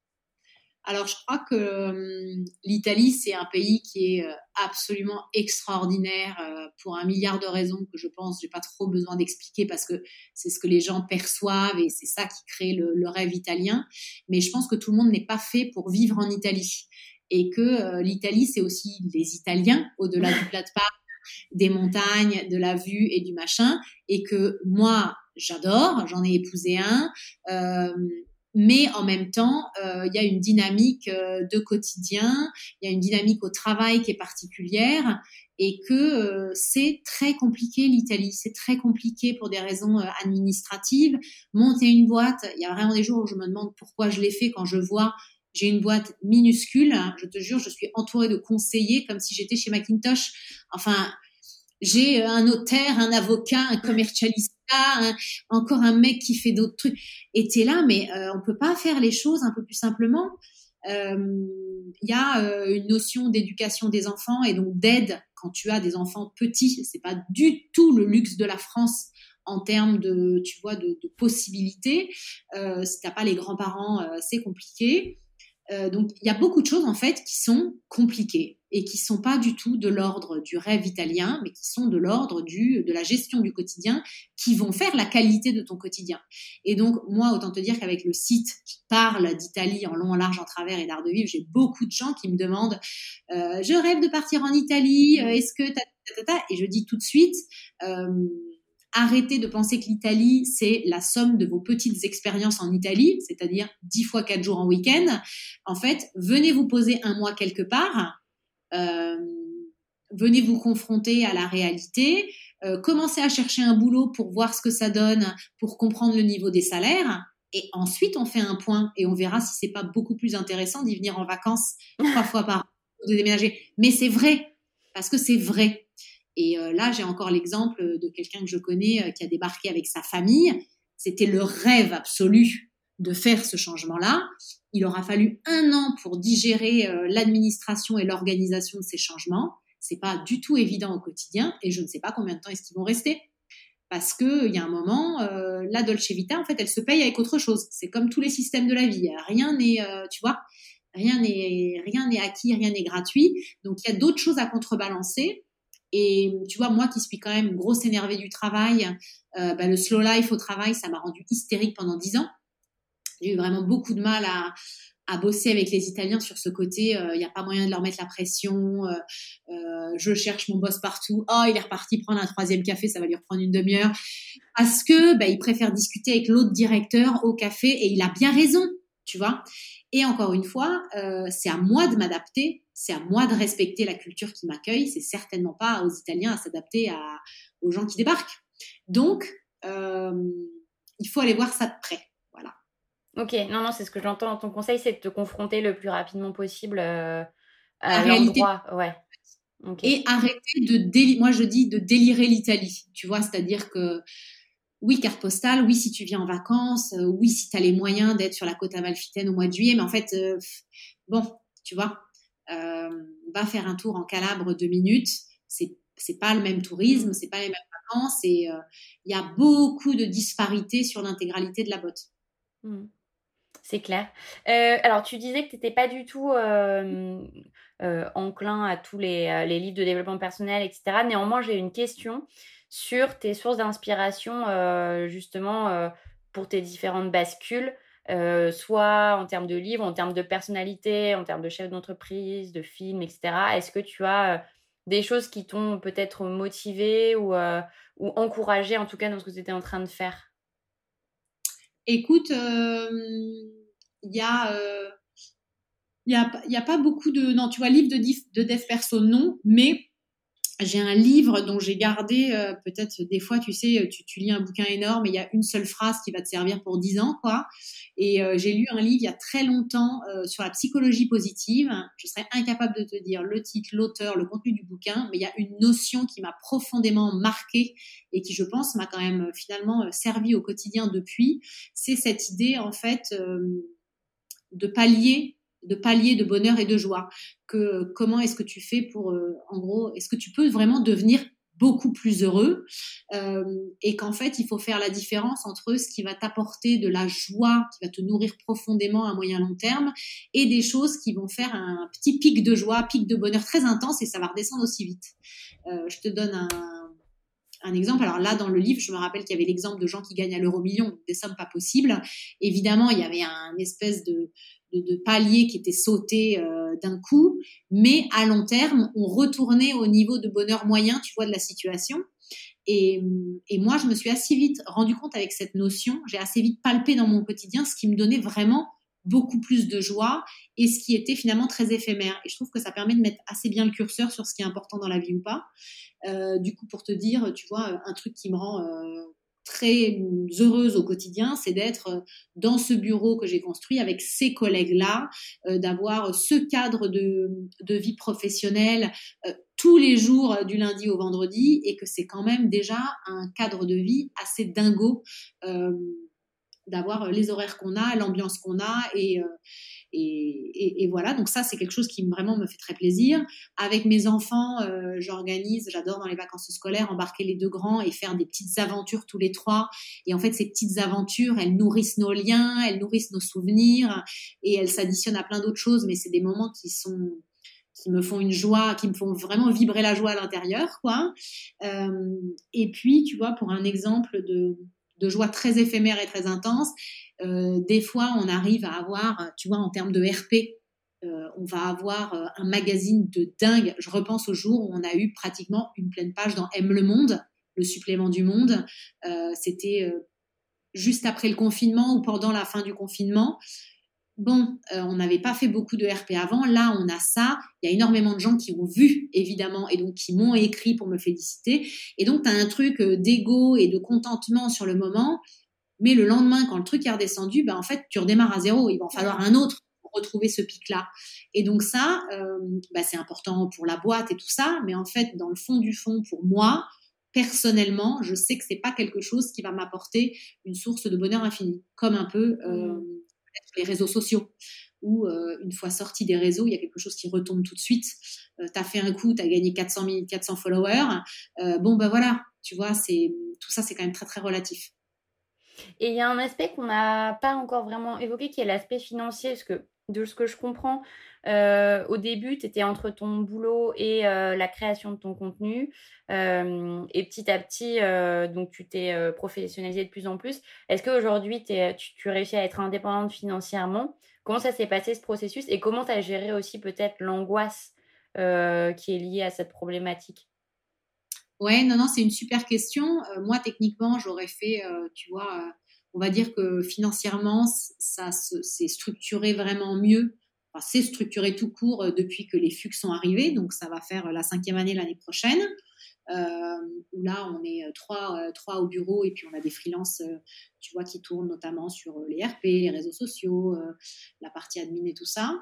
Alors, je crois que euh, l'Italie, c'est un pays qui est euh, absolument extraordinaire euh, pour un milliard de raisons que je pense, j'ai pas trop besoin d'expliquer parce que c'est ce que les gens perçoivent et c'est ça qui crée le, le rêve italien. Mais je pense que tout le monde n'est pas fait pour vivre en Italie et que euh, l'Italie, c'est aussi les Italiens au-delà du plat de pâtes, des montagnes, de la vue et du machin. Et que moi, j'adore, j'en ai épousé un. Euh, Mais en même temps, il euh, y a une dynamique euh, de quotidien, il y a une dynamique au travail qui est particulière et que euh, c'est très compliqué l'Italie, c'est très compliqué pour des raisons euh, administratives. Monter une boîte, il y a vraiment des jours où je me demande pourquoi je l'ai fait quand je vois, j'ai une boîte minuscule, hein, je te jure, je suis entourée de conseillers comme si j'étais chez Macintosh. Enfin, j'ai un notaire, un avocat, un commercialiste, là, hein, encore un mec qui fait d'autres trucs. Et t'es là, mais euh, on peut pas faire les choses un peu plus simplement. Il euh, y a euh, une notion d'éducation des enfants et donc d'aide quand tu as des enfants petits. C'est pas du tout le luxe de la France en termes de, tu vois, de, de possibilités. Euh, si t'as pas les grands-parents, euh, c'est compliqué. Euh, donc, il y a beaucoup de choses, en fait, qui sont compliquées et qui sont pas du tout de l'ordre du rêve italien, mais qui sont de l'ordre du, de la gestion du quotidien, qui vont faire la qualité de ton quotidien. Et donc, moi, autant te dire qu'avec le site qui parle d'Italie en long, en large, en travers et d'art de vivre, j'ai beaucoup de gens qui me demandent euh, « Je rêve de partir en Italie, euh, est-ce que... » ta, ta, ta, ta. Et je dis tout de suite... Euh, arrêtez de penser que l'Italie, c'est la somme de vos petites expériences en Italie, c'est-à-dire dix fois quatre jours en week-end. En fait, venez vous poser un mois quelque part, euh, venez vous confronter à la réalité, euh, commencez à chercher un boulot pour voir ce que ça donne, pour comprendre le niveau des salaires, et ensuite on fait un point et on verra si c'est pas beaucoup plus intéressant d'y venir en vacances trois fois par an, de déménager. Mais c'est vrai, parce que c'est vrai. Et euh, là, j'ai encore l'exemple de quelqu'un que je connais euh, qui a débarqué avec sa famille. C'était le rêve absolu de faire ce changement-là. Il aura fallu un an pour digérer euh, l'administration et l'organisation de ces changements. C'est pas du tout évident au quotidien et je ne sais pas combien de temps est-ce qu'ils vont rester. Parce que il y a un moment, euh, la Dolce Vita, en fait, elle se paye avec autre chose. C'est comme tous les systèmes de la vie. Rien n'est, euh, tu vois, rien n'est, rien n'est acquis, rien n'est gratuit. Donc, il y a d'autres choses à contrebalancer. Et tu vois, moi qui suis quand même une grosse énervée du travail, euh, bah, le slow life au travail, ça m'a rendue hystérique pendant dix ans. J'ai eu vraiment beaucoup de mal à, à bosser avec les Italiens sur ce côté. Il euh, n'y a pas moyen de leur mettre la pression. Euh, euh, je cherche mon boss partout. Oh, il est reparti prendre un troisième café, ça va lui reprendre une demi-heure. Parce que bah, il préfère discuter avec l'autre directeur au café et il a bien raison, tu vois. Et encore une fois, euh, c'est à moi de m'adapter, c'est à moi de respecter la culture qui m'accueille, c'est certainement pas aux Italiens à s'adapter à, aux gens qui débarquent. Donc, euh, il faut aller voir ça de près, voilà. Ok, non, non, c'est ce que j'entends dans ton conseil, c'est de te confronter le plus rapidement possible euh, la à l'endroit. Ouais. Okay. Et arrêter de délirer, moi je dis de délirer l'Italie, tu vois, c'est-à-dire que oui, carte postale, oui, si tu viens en vacances, euh, oui, si tu as les moyens d'être sur la côte amalfitaine au mois de juillet, mais en fait, euh, bon, tu vois, euh, va faire un tour en Calabre deux minutes, c'est, c'est pas le même tourisme, c'est pas les mêmes vacances, et il euh, y a beaucoup de disparités sur l'intégralité de la botte. Mmh. C'est clair. Euh, alors, tu disais que tu n'étais pas du tout euh, euh, enclin à tous les, euh, les livres de développement personnel, et cetera. Néanmoins, j'ai une question sur tes sources d'inspiration, euh, justement, euh, pour tes différentes bascules, euh, soit en termes de livres, en termes de personnalité, en termes de chef d'entreprise, de films, et cetera. Est-ce que tu as euh, des choses qui t'ont peut-être motivé ou, euh, ou encouragé, en tout cas, dans ce que tu étais en train de faire ? Écoute, il euh, y a... Euh... Il n'y a, y a pas beaucoup de... Non, tu vois, livre de, diff, de dev perso, non, mais j'ai un livre dont j'ai gardé, euh, peut-être des fois, tu sais, tu, tu lis un bouquin énorme et il y a une seule phrase qui va te servir pour dix ans, quoi. Et euh, j'ai lu un livre il y a très longtemps euh, sur la psychologie positive. Je serais incapable de te dire le titre, l'auteur, le contenu du bouquin, mais il y a une notion qui m'a profondément marquée et qui, je pense, m'a quand même finalement servi au quotidien depuis. C'est cette idée, en fait, euh, de pallier de palier de bonheur et de joie. Que comment est-ce que tu fais pour, euh, en gros, est-ce que tu peux vraiment devenir beaucoup plus heureux euh, et qu'en fait, il faut faire la différence entre ce qui va t'apporter de la joie, qui va te nourrir profondément à moyen long terme, et des choses qui vont faire un petit pic de joie, pic de bonheur très intense, et ça va redescendre aussi vite. Euh, je te donne un Un exemple, alors là, dans le livre, je me rappelle qu'il y avait l'exemple de gens qui gagnent à l'euro million, des sommes pas possibles. Évidemment, il y avait un espèce de, de, de palier qui était sauté euh, d'un coup, mais à long terme, on retournait au niveau de bonheur moyen, tu vois, de la situation. Et, et moi, je me suis assez vite rendu compte avec cette notion, j'ai assez vite palpé dans mon quotidien ce qui me donnait vraiment beaucoup plus de joie et ce qui était finalement très éphémère. Et je trouve que ça permet de mettre assez bien le curseur sur ce qui est important dans la vie ou pas. Euh, du coup, pour te dire, tu vois, un truc qui me rend euh, très heureuse au quotidien, c'est d'être dans ce bureau que j'ai construit avec ces collègues-là, euh, d'avoir ce cadre de, de vie professionnelle euh, tous les jours euh, du lundi au vendredi, et que c'est quand même déjà un cadre de vie assez dingo euh, d'avoir les horaires qu'on a, l'ambiance qu'on a, et, euh, et, et, et voilà. Donc ça, c'est quelque chose qui vraiment me fait très plaisir. Avec mes enfants, euh, j'organise, j'adore dans les vacances scolaires embarquer les deux grands et faire des petites aventures tous les trois. Et en fait, ces petites aventures, elles nourrissent nos liens, elles nourrissent nos souvenirs, et elles s'additionnent à plein d'autres choses. Mais c'est des moments qui sont qui me font une joie, qui me font vraiment vibrer la joie à l'intérieur, quoi. Euh, et puis, tu vois, pour un exemple de de joie très éphémère et très intense. Euh, des fois, on arrive à avoir, tu vois, en termes de R P, euh, on va avoir euh, un magazine de dingue. Je repense au jour où on a eu pratiquement une pleine page dans Aime le Monde, le supplément du Monde. Euh, c'était euh, juste après le confinement ou pendant la fin du confinement. Bon, euh, on n'avait pas fait beaucoup de R P avant. Là, on a ça. Il y a énormément de gens qui ont vu, évidemment, et donc qui m'ont écrit pour me féliciter. Et donc, tu as un truc euh, d'ego et de contentement sur le moment. Mais le lendemain, quand le truc est redescendu, ben, en fait, tu redémarres à zéro. Il va en falloir un autre pour retrouver ce pic-là. Et donc ça, euh, ben, c'est important pour la boîte et tout ça. Mais en fait, dans le fond du fond, pour moi, personnellement, je sais que c'est pas quelque chose qui va m'apporter une source de bonheur infini. Comme un peu... Euh, mmh. les réseaux sociaux, où euh, une fois sorti des réseaux, il y a quelque chose qui retombe tout de suite. Euh, tu as fait un coup, tu as gagné quatre cent mille, quatre cents followers. Euh, bon, ben voilà, tu vois, c'est, tout ça, c'est quand même très, très relatif. Et il y a un aspect qu'on n'a pas encore vraiment évoqué, qui est l'aspect financier, parce que de ce que je comprends, euh, au début, tu étais entre ton boulot et euh, la création de ton contenu. Euh, et petit à petit, euh, donc tu t'es euh, professionnalisée de plus en plus. Est-ce qu'aujourd'hui, tu, tu réussis à être indépendante financièrement ? Comment ça s'est passé, ce processus ? Et comment tu as géré aussi peut-être l'angoisse euh, qui est liée à cette problématique ? Ouais, non, non, c'est une super question. Euh, moi, techniquement, j'aurais fait, euh, tu vois... Euh, on va dire que financièrement, ça s'est structuré vraiment mieux. Enfin, c'est structuré tout court euh, depuis que les Fugues sont arrivés. Donc, ça va faire la cinquième année l'année prochaine. Euh, où là, on est trois, euh, trois au bureau et puis on a des freelances, euh, tu vois, qui tournent notamment sur les R P, les réseaux sociaux, euh, la partie admin et tout ça.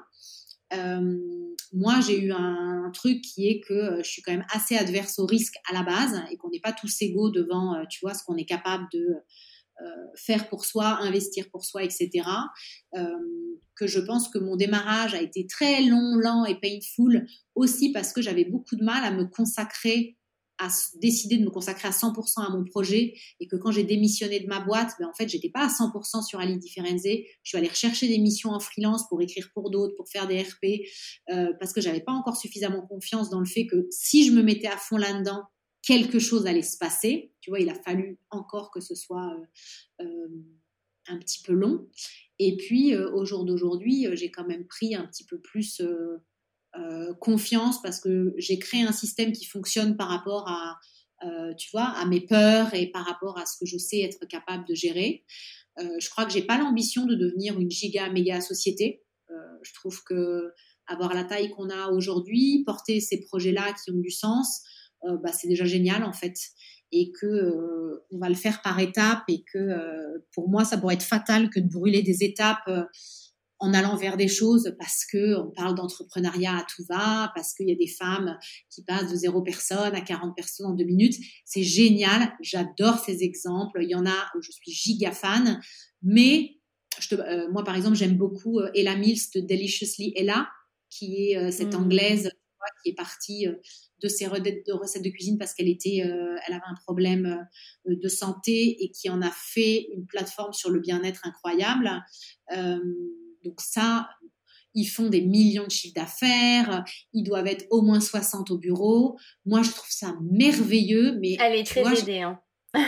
Euh, moi, j'ai eu un, un truc qui est que euh, je suis quand même assez adverse au risque à la base et qu'on n'est pas tous égaux devant, euh, tu vois, ce qu'on est capable de... Euh, faire pour soi, investir pour soi, et cetera. Euh, que je pense que mon démarrage a été très long, lent et painful aussi parce que j'avais beaucoup de mal à me consacrer, à décider de me consacrer à cent pour cent à mon projet et que quand j'ai démissionné de ma boîte, ben en fait, j'étais pas à cent pour cent sur Ali Differenze. Je suis allée rechercher des missions en freelance pour écrire pour d'autres, pour faire des R P, euh, parce que j'avais pas encore suffisamment confiance dans le fait que si je me mettais à fond là-dedans, quelque chose allait se passer. Tu vois, il a fallu encore que ce soit euh, euh, un petit peu long. Et puis, euh, au jour d'aujourd'hui, euh, j'ai quand même pris un petit peu plus euh, euh, confiance parce que j'ai créé un système qui fonctionne par rapport à, euh, tu vois, à mes peurs et par rapport à ce que je sais être capable de gérer. Euh, je crois que j'ai pas l'ambition de devenir une giga méga société. Euh, je trouve que avoir la taille qu'on a aujourd'hui, porter ces projets-là qui ont du sens, Euh, bah, c'est déjà génial en fait et que euh, on va le faire par étapes et que euh, pour moi ça pourrait être fatal que de brûler des étapes euh, en allant vers des choses parce que on parle d'entrepreneuriat à tout va, parce qu'il y a des femmes qui passent de zéro personne à quarante personnes en deux minutes. C'est génial, j'adore ces exemples, il y en a où je suis giga fan, mais je te, euh, moi par exemple j'aime beaucoup euh, Ella Mills de Deliciously Ella qui est euh, cette mmh. anglaise qui est partie de ses recettes de cuisine parce qu'elle était, euh, elle avait un problème de santé et qui en a fait une plateforme sur le bien-être incroyable. Euh, donc ça, ils font des millions de chiffres d'affaires, ils doivent être au moins soixante au bureau. Moi, je trouve ça merveilleux. Mais elle est très vois, aidée. Je... Hein.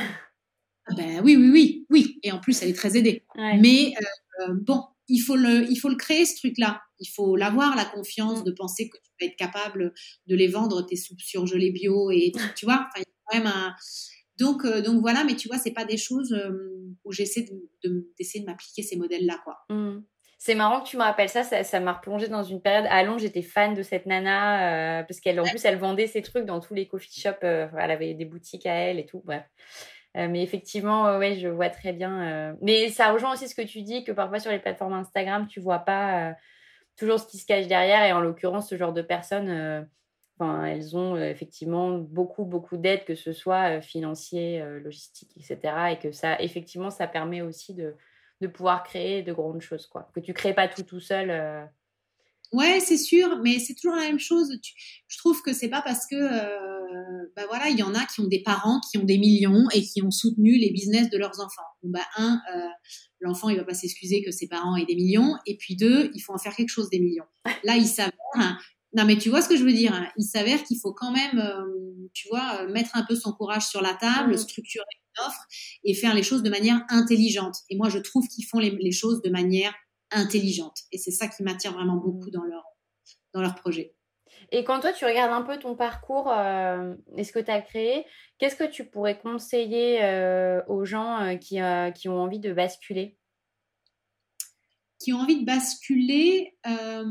Ben oui, oui, oui, oui. Et en plus, elle est très aidée. Ouais. Mais euh, bon, il faut le, il faut le créer ce truc-là. Il faut l'avoir, la confiance de penser que tu vas être capable de les vendre tes soupes surgelées bio et tu vois. Enfin, il y a quand même un. Donc, euh, donc voilà. Mais tu vois, c'est pas des choses euh, où j'essaie de, de d'essayer de m'appliquer ces modèles-là, quoi. Mmh. C'est marrant que tu me rappelles ça, ça, ça m'a replongée dans une période. À Londres, j'étais fan de cette nana euh, parce qu'elle, en ouais. plus, elle vendait ses trucs dans tous les coffee shops. Euh, elle avait des boutiques à elle et tout. Bref. Euh, mais effectivement, euh, ouais, je vois très bien. Euh... Mais ça rejoint aussi ce que tu dis, que parfois sur les plateformes Instagram, tu vois pas euh, toujours ce qui se cache derrière. Et en l'occurrence, ce genre de personnes, euh, enfin, elles ont euh, effectivement beaucoup, beaucoup d'aide, que ce soit euh, financier, euh, logistique, et cetera. Et que ça, effectivement, ça permet aussi de, de pouvoir créer de grandes choses, quoi. Que tu crées pas tout tout seul. Euh... Ouais, c'est sûr, mais c'est toujours la même chose. Tu, je trouve que c'est pas parce que, euh, bah voilà, il y en a qui ont des parents qui ont des millions et qui ont soutenu les business de leurs enfants. Bon, bah un, euh, l'enfant il va pas s'excuser que ses parents aient des millions, et puis deux, il faut en faire quelque chose des millions. Là, il s'avère, hein, non mais tu vois ce que je veux dire, hein, il s'avère qu'il faut quand même, euh, tu vois, mettre un peu son courage sur la table, mmh. structurer une offre et faire les choses de manière intelligente. Et moi, je trouve qu'ils font les, les choses de manière intelligente. Et c'est ça qui m'attire vraiment beaucoup dans leur, dans leur projet. Et quand toi, tu regardes un peu ton parcours euh, et ce que tu as créé, qu'est-ce que tu pourrais conseiller euh, aux gens euh, qui, euh, qui ont envie de basculer ? Qui ont envie de basculer, euh,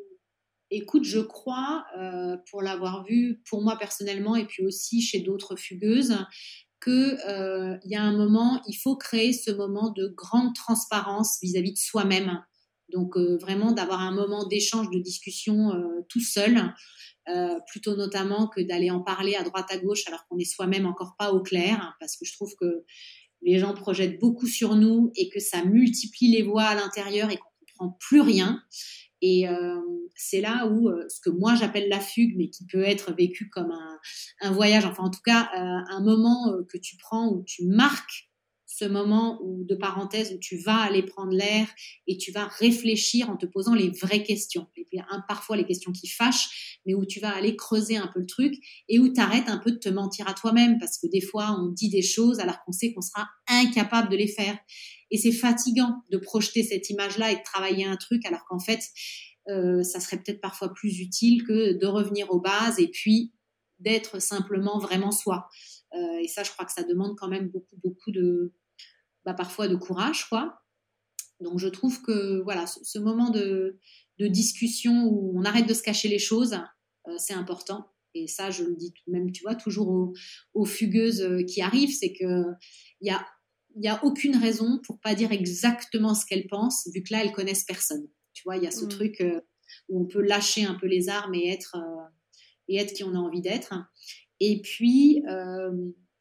écoute, je crois, euh, pour l'avoir vu pour moi personnellement et puis aussi chez d'autres fugueuses, qu'il euh, y a un moment, il faut créer ce moment de grande transparence vis-à-vis de soi-même. Donc euh, vraiment d'avoir un moment d'échange, de discussion euh, tout seul, euh, plutôt notamment que d'aller en parler à droite à gauche alors qu'on n'est soi-même encore pas au clair, parce que je trouve que les gens projettent beaucoup sur nous et que ça multiplie les voix à l'intérieur et qu'on ne comprend plus rien. Et euh, c'est là où euh, ce que moi j'appelle la fugue, mais qui peut être vécu comme un, un voyage, enfin en tout cas euh, un moment euh, que tu prends où tu marques ce moment où, de parenthèse, où tu vas aller prendre l'air et tu vas réfléchir en te posant les vraies questions. Et puis, hein, parfois les questions qui fâchent, mais où tu vas aller creuser un peu le truc et où tu arrêtes un peu de te mentir à toi-même, parce que des fois on dit des choses alors qu'on sait qu'on sera incapable de les faire. Et c'est fatigant de projeter cette image-là et de travailler un truc alors qu'en fait, euh, ça serait peut-être parfois plus utile que de revenir aux bases et puis d'être simplement vraiment soi. Euh, et ça, je crois que ça demande quand même beaucoup, beaucoup de, bah, parfois de courage, quoi. Donc, je trouve que, voilà, ce, ce moment de, de discussion où on arrête de se cacher les choses, euh, c'est important. Et ça, je le dis même, tu vois, toujours aux, aux fugueuses qui arrivent, c'est que il y a il n'y a aucune raison pour pas dire exactement ce qu'elles pensent, vu que là, elles connaissent personne. Tu vois, il y a ce mmh. truc euh, où on peut lâcher un peu les armes et être, euh, et être qui on a envie d'être. Et puis, euh,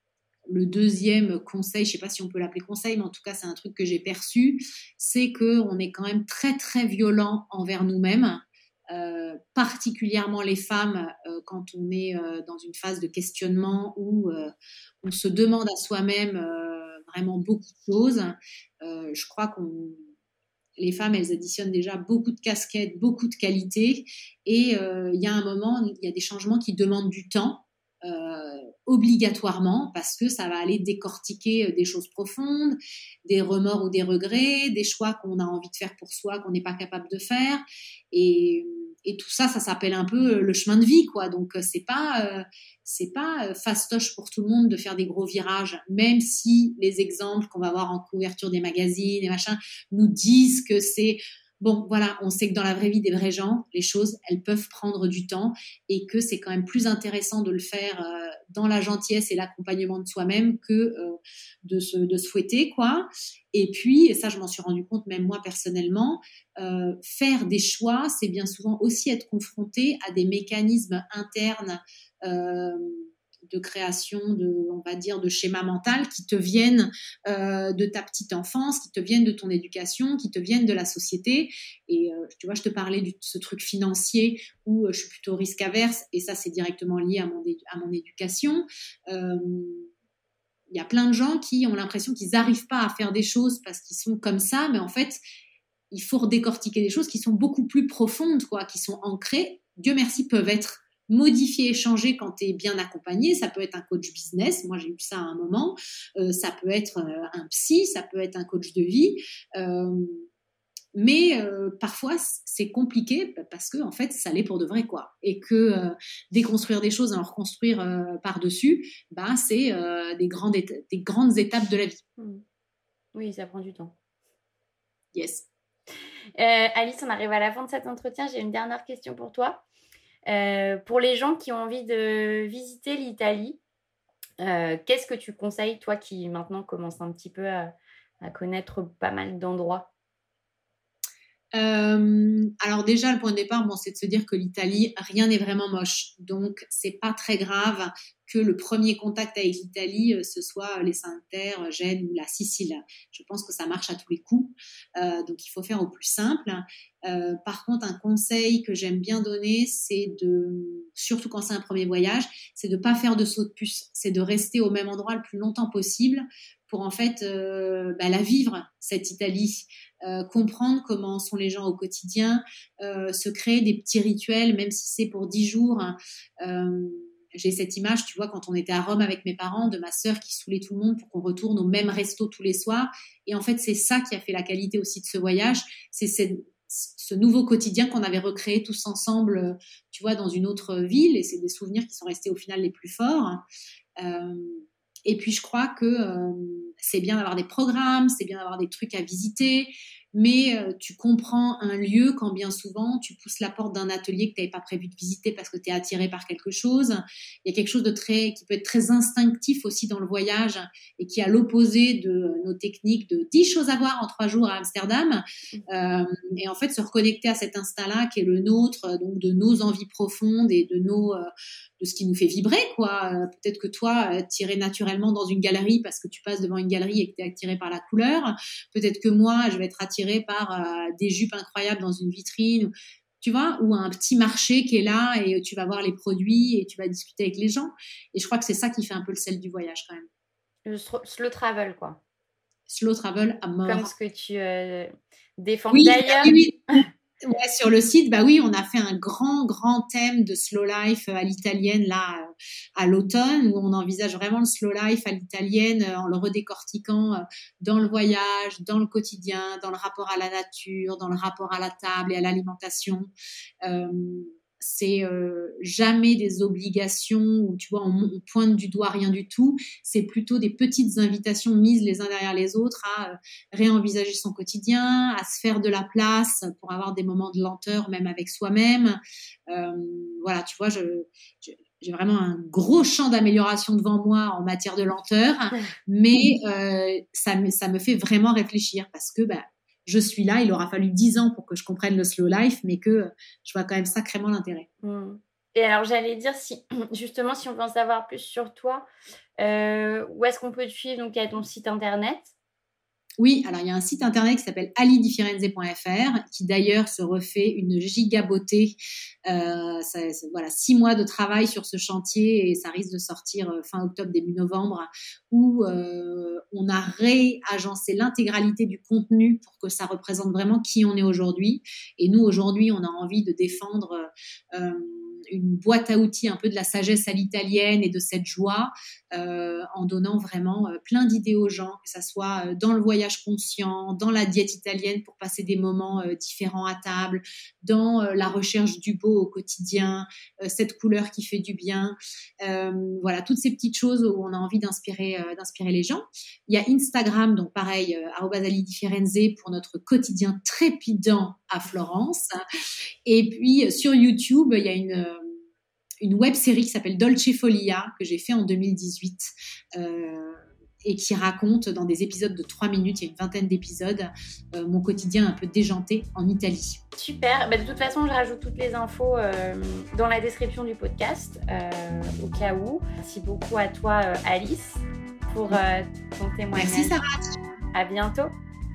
le deuxième conseil, je ne sais pas si on peut l'appeler conseil, mais en tout cas, c'est un truc que j'ai perçu, c'est qu'on est quand même très, très violent envers nous-mêmes, euh, particulièrement les femmes, euh, quand on est euh, dans une phase de questionnement où euh, on se demande à soi-même euh, vraiment beaucoup de choses. Euh, je crois qu'on les femmes, elles additionnent déjà beaucoup de casquettes, beaucoup de qualités, et euh, il y a un moment, il y a des changements qui demandent du temps, euh, obligatoirement, parce que ça va aller décortiquer des choses profondes, des remords ou des regrets, des choix qu'on a envie de faire pour soi, qu'on n'est pas capable de faire, et, et tout ça, ça s'appelle un peu le chemin de vie, quoi. Donc c'est pas, euh, c'est pas fastoche pour tout le monde de faire des gros virages, même si les exemples qu'on va voir en couverture des magazines et machin nous disent que c'est bon, voilà, on sait que dans la vraie vie des vrais gens, les choses, elles peuvent prendre du temps et que c'est quand même plus intéressant de le faire euh, dans la gentillesse et l'accompagnement de soi-même que euh, de, se, de se fouetter, quoi. Et puis, et ça, je m'en suis rendu compte même moi personnellement, euh, faire des choix, c'est bien souvent aussi être confronté à des mécanismes internes euh, de création de, on va dire, de schéma mental qui te viennent euh, de ta petite enfance, qui te viennent de ton éducation, qui te viennent de la société. Et euh, tu vois, je te parlais de ce truc financier où euh, je suis plutôt risque averse, et ça, c'est directement lié à mon, à mon éducation. Euh, il y a plein de gens qui ont l'impression qu'ils n'arrivent pas à faire des choses parce qu'ils sont comme ça, mais en fait, il faut redécortiquer des choses qui sont beaucoup plus profondes, quoi, qui sont ancrées, Dieu merci, peuvent être modifier, changer quand tu es bien accompagné. Ça peut être un coach business, moi j'ai eu ça à un moment, euh, ça peut être euh, un psy, ça peut être un coach de vie, euh, mais euh, parfois c'est compliqué parce que en fait ça l'est pour de vrai, quoi, et que euh, déconstruire des choses et en reconstruire euh, par-dessus, bah, c'est euh, des, grandes éta- des grandes étapes de la vie. Oui, ça prend du temps. Yes. Euh, Alice, on arrive à la fin de cet entretien, j'ai une dernière question pour toi. Euh, pour les gens qui ont envie de visiter l'Italie, Euh, qu'est-ce que tu conseilles, toi qui maintenant commence un petit peu à, à connaître pas mal d'endroits? Euh, alors déjà, le point de départ, bon, c'est de se dire que l'Italie, rien n'est vraiment moche. Donc, c'est pas très grave que le premier contact avec l'Italie, euh, ce soit les Cinq-Terre, Gênes ou la Sicile. Je pense que ça marche à tous les coups. Euh, donc, il faut faire au plus simple. Euh, par contre, un conseil que j'aime bien donner, c'est de, surtout quand c'est un premier voyage, c'est de pas faire de saut de puce. C'est de rester au même endroit le plus longtemps possible pour en fait euh, bah, la vivre, cette Italie. Euh, comprendre comment sont les gens au quotidien, euh, se créer des petits rituels, même si c'est pour dix jours. Hein. Euh, j'ai cette image, tu vois, quand on était à Rome avec mes parents, de ma sœur qui saoulait tout le monde pour qu'on retourne au même resto tous les soirs. Et en fait, c'est ça qui a fait la qualité aussi de ce voyage. C'est cette, ce nouveau quotidien qu'on avait recréé tous ensemble, tu vois, dans une autre ville. Et c'est des souvenirs qui sont restés au final les plus forts. Euh, Et puis, je crois que euh, c'est bien d'avoir des programmes, c'est bien d'avoir des trucs à visiter, mais euh, tu comprends un lieu quand bien souvent tu pousses la porte d'un atelier que tu n'avais pas prévu de visiter parce que tu es attiré par quelque chose. Il y a quelque chose de très, qui peut être très instinctif aussi dans le voyage et qui est à l'opposé de nos techniques de dix choses à voir en trois jours à Amsterdam. Euh, et en fait, se reconnecter à cet instinct-là qui est le nôtre, donc de nos envies profondes et de nos... Euh, de ce qui nous fait vibrer, quoi. Euh, peut-être que toi, euh, t'irais naturellement dans une galerie parce que tu passes devant une galerie et que t'es attiré par la couleur. Peut-être que moi, je vais être attirée par euh, des jupes incroyables dans une vitrine, tu vois, ou un petit marché qui est là et tu vas voir les produits et tu vas discuter avec les gens. Et je crois que c'est ça qui fait un peu le sel du voyage, quand même. Le slow travel, quoi. Slow travel à mort. Comme ce que tu euh, défends oui, d'ailleurs. Oui, oui. Ouais, sur le site, bah oui, on a fait un grand, grand thème de slow life à l'italienne là à l'automne où on envisage vraiment le slow life à l'italienne en le redécortiquant dans le voyage, dans le quotidien, dans le rapport à la nature, dans le rapport à la table et à l'alimentation. Euh, c'est euh, jamais des obligations où tu vois on, on pointe du doigt rien du tout, c'est plutôt des petites invitations mises les uns derrière les autres à euh, réenvisager son quotidien, à se faire de la place pour avoir des moments de lenteur même avec soi-même. Euh, voilà, tu vois, je, je, j'ai vraiment un gros champ d'amélioration devant moi en matière de lenteur, mais euh, ça, me, ça me fait vraiment réfléchir parce que bah, je suis là, il aura fallu dix ans pour que je comprenne le slow life, mais que je vois quand même sacrément l'intérêt. Mmh. Et alors, j'allais dire, si justement, si on veut en savoir plus sur toi, euh, où est-ce qu'on peut te suivre? Donc, il y a ton site internet. Oui, alors il y a un site internet qui s'appelle ali di firenze point f r qui d'ailleurs se refait une giga beauté. Euh, ça, ça, voilà, six mois de travail sur ce chantier et ça risque de sortir fin octobre, début novembre, où euh, on a réagencé l'intégralité du contenu pour que ça représente vraiment qui on est aujourd'hui. Et nous, aujourd'hui, on a envie de défendre euh, une boîte à outils un peu de la sagesse à l'italienne et de cette joie euh, en donnant vraiment euh, plein d'idées aux gens, que ça soit euh, dans le voyage conscient, dans la diète italienne pour passer des moments euh, différents à table, dans euh, la recherche du beau au quotidien, euh, cette couleur qui fait du bien. Euh, voilà, toutes ces petites choses où on a envie d'inspirer, euh, d'inspirer les gens. Il y a Instagram, donc pareil, euh, arobase ali di firenze pour notre quotidien trépidant à Florence. Et puis sur YouTube, il y a une une web série qui s'appelle Dolce Folia que j'ai fait en deux mille dix-huit euh, et qui raconte dans des épisodes de trois minutes, il y a une vingtaine d'épisodes, euh, mon quotidien un peu déjanté en Italie. Super, bah, de toute façon je rajoute toutes les infos euh, dans la description du podcast euh, au cas où. Merci beaucoup à toi euh, Alice pour euh, ton témoignage. Merci Sarah. À bientôt.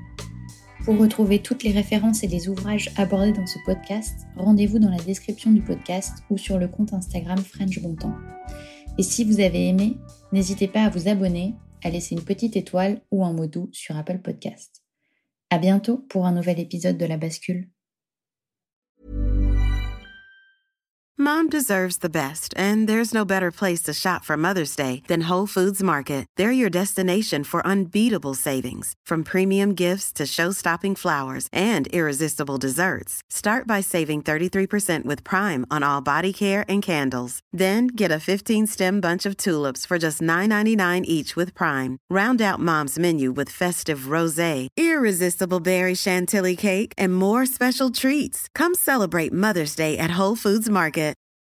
Pour retrouver toutes les références et les ouvrages abordés dans ce podcast, rendez-vous dans la description du podcast ou sur le compte Instagram French Bontemps. Et si vous avez aimé, n'hésitez pas à vous abonner, à laisser une petite étoile ou un mot doux sur Apple Podcast. À bientôt pour un nouvel épisode de La Bascule. Mom deserves the best, and there's no better place to shop for Mother's Day than Whole Foods Market. They're your destination for unbeatable savings, from premium gifts to show-stopping flowers and irresistible desserts. Start by saving thirty-three percent with Prime on all body care and candles. Then get a fifteen-stem bunch of tulips for just nine ninety-nine each with Prime. Round out Mom's menu with festive rosé, irresistible berry chantilly cake, and more special treats. Come celebrate Mother's Day at Whole Foods Market.